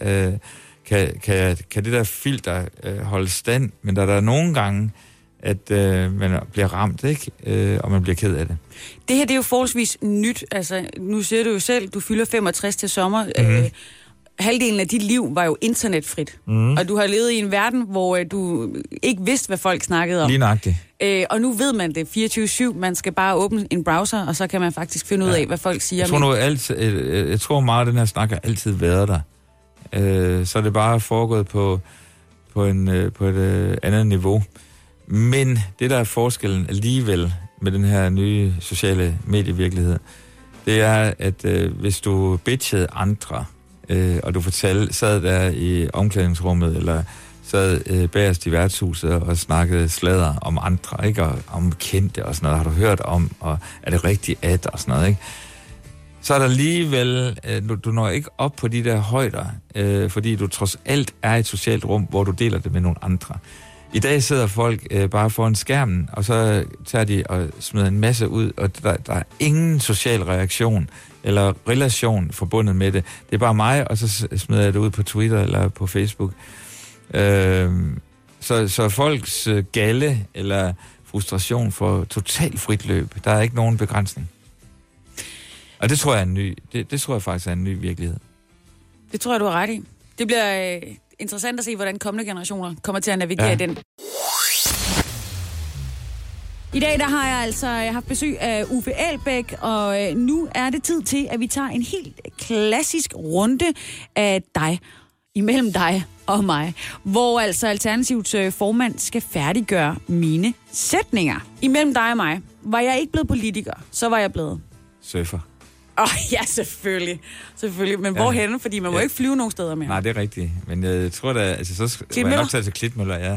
kan det der filter holde stand, men der er nogle gange, at man bliver ramt, ikke? Og man bliver ked af det. Det her, det er jo forholdsvis nyt. Altså, nu siger du jo selv, du fylder 65 til sommer. Halvdelen af dit liv var jo internetfrit. Og du har levet i en verden, hvor du ikke vidste, hvad folk snakkede om. Lige nøjagtigt. Og nu ved man det 24/7. Man skal bare åbne en browser, og så kan man faktisk finde ud af, hvad folk siger. Jeg tror meget, at den her snak har altid været der. Så er det bare foregået på et andet niveau. Men det, der er forskellen alligevel med den her nye sociale medievirkelighed, det er, at hvis du bitchede andre, og du sad der i omklædningsrummet, eller sad bagerst i værtshuset og snakkede sladder om andre, ikke? Og om kendte og sådan noget, har du hørt om, og er det rigtigt at, og sådan noget, ikke? Så er der alligevel, du når ikke op på de der højder, fordi du trods alt er i et socialt rum, hvor du deler det med nogle andre. I dag sidder folk bare foran skærmen, og så tager de og smider en masse ud, og der er ingen social reaktion eller relation forbundet med det. Det er bare mig, og så smider jeg det ud på Twitter eller på Facebook. Så folks galle eller frustration får totalt frit løb. Der er ikke nogen begrænsning. Og det tror jeg det tror jeg faktisk er en ny virkelighed. Det tror jeg, du har ret i. Det bliver interessant at se, hvordan kommende generationer kommer til at navigere den. I dag der har jeg haft besøg af Uffe Elbæk, og nu er det tid til, at vi tager en helt klassisk runde af dig, imellem dig og mig, hvor altså Alternativets formand skal færdiggøre mine sætninger. Imellem dig og mig, var jeg ikke blevet politiker, så var jeg blevet surfer. Ja, selvfølgelig. Men hvorhenne? Fordi man må ikke flyve nogen steder mere. Nej, det er rigtigt. Men jeg tror da, altså så var jeg nok taget til Klitmøller, ja.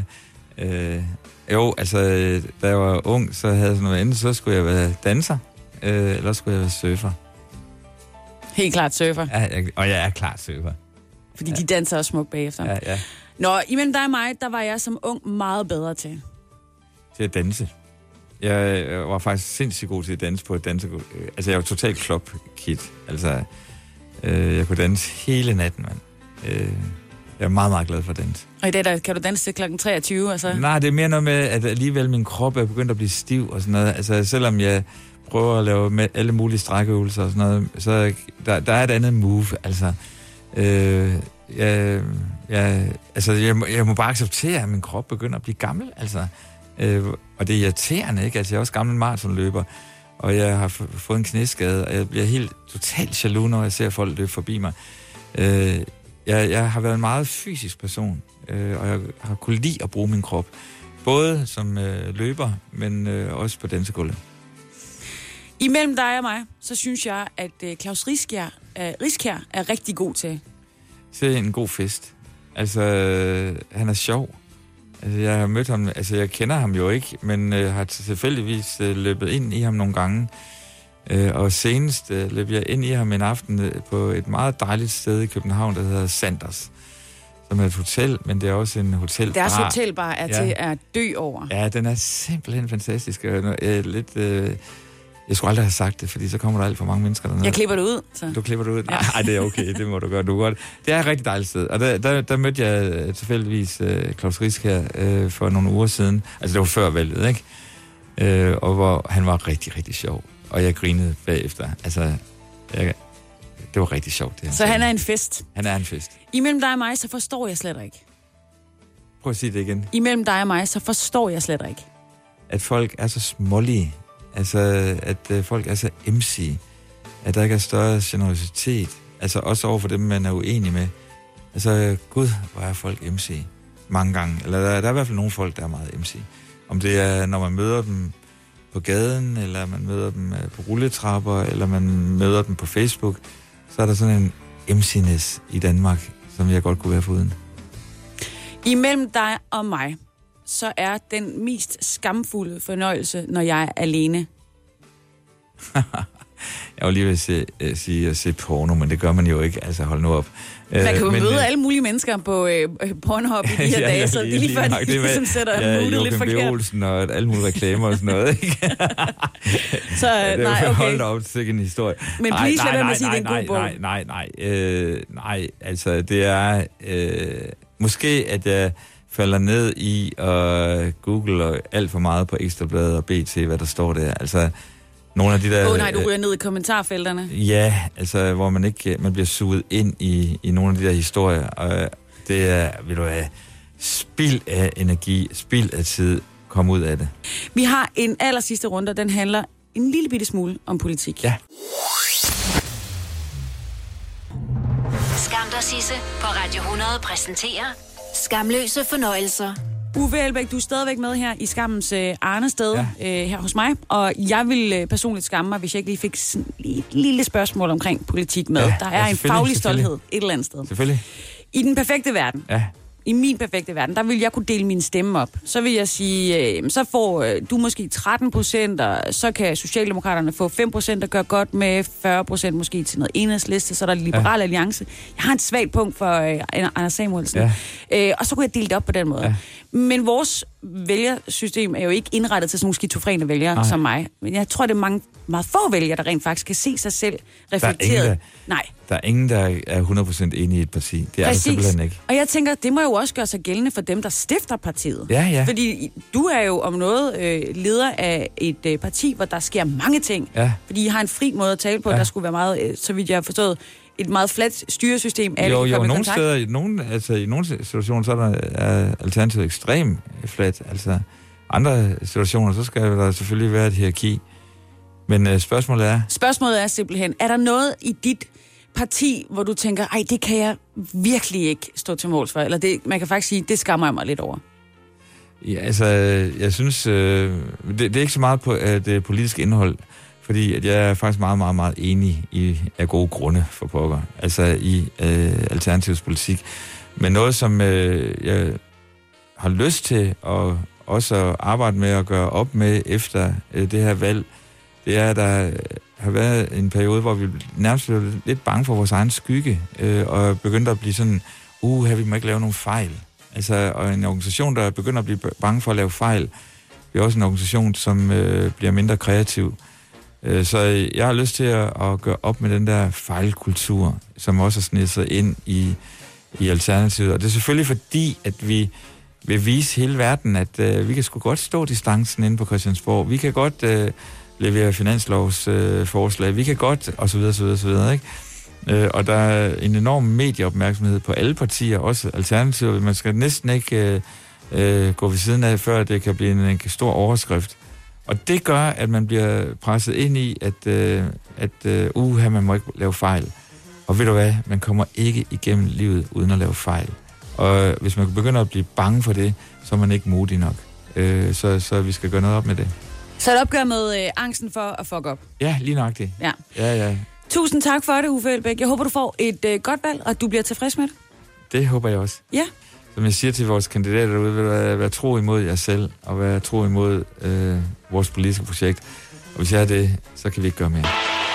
Da jeg var ung, så havde jeg sådan noget andet, så skulle jeg være danser, eller skulle jeg være surfer. Helt klart surfer. Ja, og jeg er klart surfer. Fordi de danser også smukt bagefter. Ja. Nå, imellem dig og mig, der var jeg som ung meget bedre til. Til at danse. Jeg var faktisk sindssygt god til at danse på et dansegulv. Altså, jeg var totalt klopkid. Altså, jeg kunne danse hele natten, mand. Jeg er meget, meget glad for at danse. Og i dag, der kan du danse til klokken 23, altså? Nej, det er mere noget med, at alligevel min krop er begyndt at blive stiv og sådan noget. Altså, selvom jeg prøver at lave med alle mulige strækkeøvelser og sådan noget, så der er et andet move, altså. Jeg må bare acceptere, at min krop begynder at blive gammel, altså. Og det er irriterende, ikke? Altså, jeg er også gammel maratonløber, og jeg har fået en knæskade, og jeg bliver helt totalt jaloux, når jeg ser folk løbe forbi mig. Jeg har været en meget fysisk person, og jeg har kunnet lide at bruge min krop. Både som løber, men også på dansegulvet. Imellem dig og mig, så synes jeg, at Klaus Riskær er rigtig god til. Det er en god fest. Altså, han er sjov. Altså, jeg har mødt ham, altså jeg kender ham jo ikke, men har tilfældigvis løbet ind i ham nogle gange. Og senest løb jeg ind i ham en aften på et meget dejligt sted i København, der hedder Sanders. Som er et hotel, men det er også en hotelbar. Deres hotelbar er til at dø over. Ja, den er simpelthen fantastisk. Jeg skulle aldrig have sagt det, fordi så kommer der alt for mange mennesker dernede. Jeg klipper det ud. Så. Du klipper det ud? Ja. Nej, det er okay. Det må du gøre. Det er et rigtig dejligt sted. Og der mødte jeg tilfældigvis Klaus Riskær for nogle uger siden. Altså, det var før valget, ikke? Og hvor han var rigtig, rigtig sjov. Og jeg grinede bagefter. Altså, det var rigtig sjovt. Det så han er en fest? Han er en fest. Imellem dig og mig, så forstår jeg slet ikke. Prøv at sige det igen. Imellem dig og mig, så forstår jeg slet ikke. At folk er så smålige. Altså, at folk er så emsige. At der ikke er større generositet. Altså, også over for dem, man er uenig med. Altså, gud, hvor er folk emsige. Mange gange. Eller der er i hvert fald nogle folk, der er meget emsige. Om det er, når man møder dem på gaden, eller man møder dem på rulletrapper, eller man møder dem på Facebook, så er der sådan en emsiness i Danmark, som jeg godt kunne være foruden. Imellem dig og mig, så er den mest skamfulde fornøjelse, når jeg er alene. Jeg var lige ved at sige at se porno, men det gør man jo ikke. Altså, hold nu op. Man kan jo møde alle mulige mennesker på Pornhub i de her dage, så det er lige før, de ligesom sætter mudet lidt forkert. Joachim B. Olsen og alle mulige reklamer og sådan noget, ikke? Så nej, okay. Hold da op, det er ikke en historie. Men please lad være med at sige, det er en god bog. Nej, altså det er måske, at jeg falder ned i og Google alt for meget på Ekstrabladet og BT, hvad der står der. Altså, nogle af de der... nej, du ryger ned i kommentarfelterne. Ja, altså, hvor man bliver suget ind i nogle af de der historier, og det er, vil du have, spild af energi, spild af tid, kom ud af det. Vi har en allersidste runde, og den handler en lille bitte smule om politik. Ja. Skam dig, Sisse på Radio 100 præsenterer Skamløse fornøjelser. Uffe Elbæk, du er stadigvæk med her i Skammens Arnested her hos mig, og jeg vil personligt skamme mig, hvis jeg ikke lige fik sådan et lille spørgsmål omkring politik med. Der er en faglig stolthed et eller andet sted. Selvfølgelig. I den perfekte verden, i min perfekte verden, der vil jeg kunne dele min stemme op. Så vil jeg sige, så får du måske 13%, og så kan Socialdemokraterne få 5% og gøre godt med 40% måske til noget Enhedsliste, så er der Liberal Alliance. Jeg har et svagt punkt for Anders Samuelsen. Og så kunne jeg dele det op på den måde. Men vores vælgersystem er jo ikke indrettet til sådan nogle skizofrene vælgere som mig. Men jeg tror, det er meget få vælgere, der rent faktisk kan se sig selv reflekteret. Der er ingen, der er 100% enige i et parti. Det er der simpelthen ikke. Og jeg tænker, det må jo også gøre sig gældende for dem, der stifter partiet. Ja. Fordi du er jo om noget leder af et parti, hvor der sker mange ting. Ja. Fordi I har en fri måde at tale på, der skulle være meget, så vidt jeg har forstået, et meget fladt styresystem. Jo, nogle steder, i nogle situationer, så er alternativet ekstremt fladt. Altså, andre situationer, så skal der selvfølgelig være et hierarki. Men spørgsmålet er... Spørgsmålet er simpelthen, er der noget i dit parti, hvor du tænker, ej, det kan jeg virkelig ikke stå til måls for? Eller det, man kan faktisk sige, det skammer jeg mig lidt over. Ja, altså, jeg synes, det er ikke så meget på det politiske indhold, fordi at jeg er faktisk meget, meget, meget enig af gode grunde for pokker, altså i Alternativets politik. Men noget, som jeg har lyst til at også arbejde med at gøre op med efter det her valg, det er, at der har været en periode, hvor vi nærmest blev lidt bange for vores egen skygge, og begyndte at blive sådan, vi må ikke lave nogen fejl. Altså, og en organisation, der begynder at blive bange for at lave fejl, bliver også en organisation, som bliver mindre kreativ. Så jeg har lyst til at gøre op med den der fejlkultur, som også har snedet sig ind i Alternativet. Og det er selvfølgelig fordi, at vi vil vise hele verden, at vi kan sgu godt stå distancen inde på Christiansborg. Vi kan godt levere finanslovsforslag. Vi kan godt, og så videre, ikke? Og der er en enorm medieopmærksomhed på alle partier, også Alternativet. Man skal næsten ikke gå ved siden af, før det kan blive en stor overskrift. Og det gør, at man bliver presset ind i, at man må ikke lave fejl. Og ved du hvad, man kommer ikke igennem livet uden at lave fejl. Og hvis man begynder at blive bange for det, så er man ikke modig nok. Så vi skal gøre noget op med det. Så et opgør med angsten for at fuck op. Ja, lige nøjagtigt. Ja. Tusind tak for det, Uffe Elbæk. Jeg håber, du får et godt valg, og at du bliver tilfreds med det. Det håber jeg også. Ja. Som jeg siger til vores kandidater derude, vær tro imod jer selv, og vær tro imod vores politiske projekt. Og hvis jeg er det, så kan vi ikke gøre mere.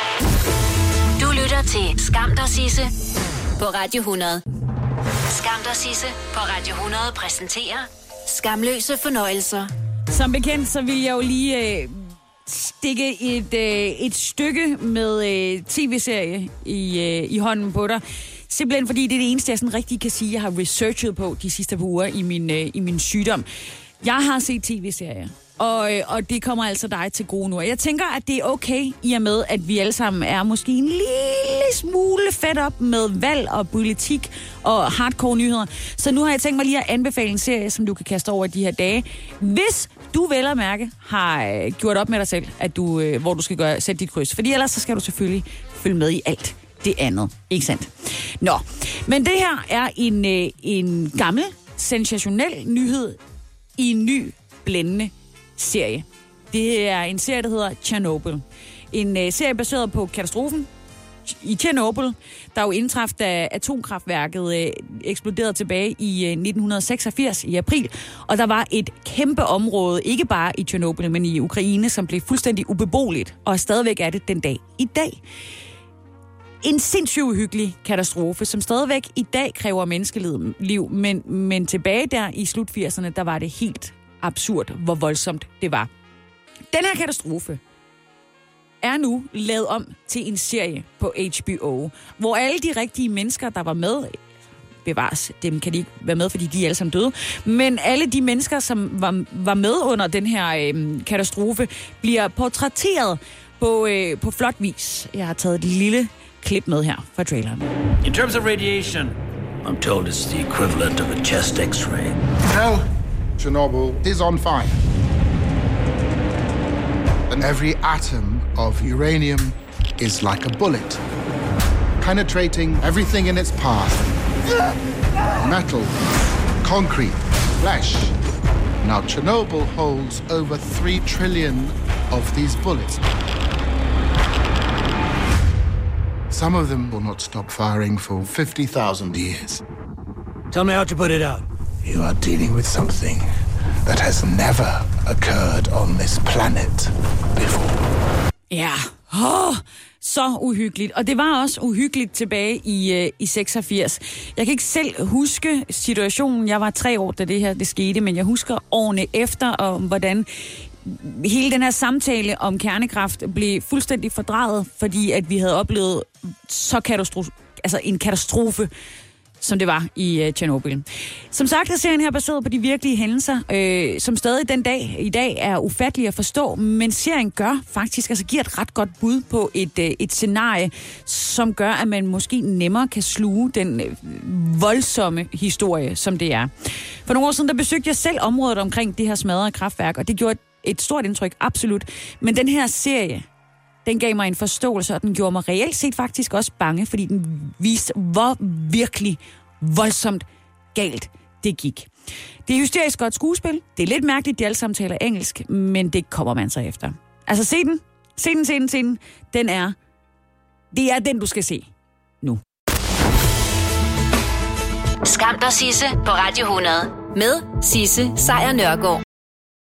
Du lytter til Skam dig, Sisse på Radio 100. Skam dig, Sisse på Radio 100 præsenterer Skamløse fornøjelser. Som bekendt, så vil jeg jo lige stikke et stykke med tv-serie i hånden på dig. Simpelthen fordi det er det eneste, jeg sådan rigtig kan sige, jeg har researchet på de sidste par uger i min sygdom. Jeg har set tv-serier, og det kommer altså dig til gode nu. Jeg tænker, at det er okay, i og med, at vi alle sammen er måske en lille smule fedt op med valg og politik og hardcore nyheder. Så nu har jeg tænkt mig lige at anbefale en serie, som du kan kaste over de her dage. Hvis du vel at mærke har gjort op med dig selv, at hvor du skal sætte dit kryds. Fordi ellers så skal du selvfølgelig følge med i alt det andet. Ikke sandt? Nå, men det her er en gammel, sensationel nyhed i en ny, blændende serie. Det er en serie, der hedder Chernobyl. En serie baseret på katastrofen i Chernobyl, der jo indtraf, da atomkraftværket eksploderede tilbage i 1986 i april. Og der var et kæmpe område, ikke bare i Chernobyl, men i Ukraine, som blev fuldstændig ubeboeligt, og stadigvæk er det den dag i dag. En sindssygt uhyggelig katastrofe, som stadigvæk i dag kræver menneskeliv, men tilbage der i slut 80'erne, der var det helt absurd, hvor voldsomt det var. Den her katastrofe er nu lavet om til en serie på HBO, hvor alle de rigtige mennesker, der var med, bevares, dem kan de ikke være med, fordi de er alle sammen døde, men alle de mennesker, som var med under den her katastrofe, bliver portrætteret på flot vis. Jeg har taget et lille klip med her fra traileren. In terms of radiation, I'm told it's the equivalent of a chest x-ray. No, Chernobyl is on fire. And every atom of uranium is like a bullet, penetrating everything in its path. Metal, concrete, flesh. Now Chernobyl holds over 3 trillion of these bullets. Some of them will not stop firing for 50,000 years. Tell me how to put it out. You are dealing with something that has never occurred on this planet before. Ja, så uhyggeligt. Og det var også uhyggeligt tilbage i 86. Jeg kan ikke selv huske situationen. Jeg var 3 år, da det skete, men jeg husker årene efter, og hvordan hele den her samtale om kernekraft blev fuldstændig fordrejet, fordi at vi havde oplevet så en katastrofe, som det var i Chernobyl. Som sagt er serien her baseret på de virkelige hændelser, som stadig den dag i dag er ufattelige at forstå, men serien gør faktisk, giver et ret godt bud på et scenarie, som gør, at man måske nemmere kan sluge den voldsomme historie, som det er. For nogle år siden, der besøgte jeg selv området omkring det her smadrede kraftværk, og det gjorde et stort indtryk, absolut. Men den her serie, den gav mig en forståelse, og den gjorde mig reelt set faktisk også bange, fordi den viste, hvor virkelig voldsomt galt det gik. Det er hysterisk godt skuespil. Det er lidt mærkeligt, de alle sammen taler engelsk, men det kommer man så efter. Altså, se den. Det er den, du skal se nu. Skam dig, Sisse på Radio 100 med Sisse Sejr Nørgaard.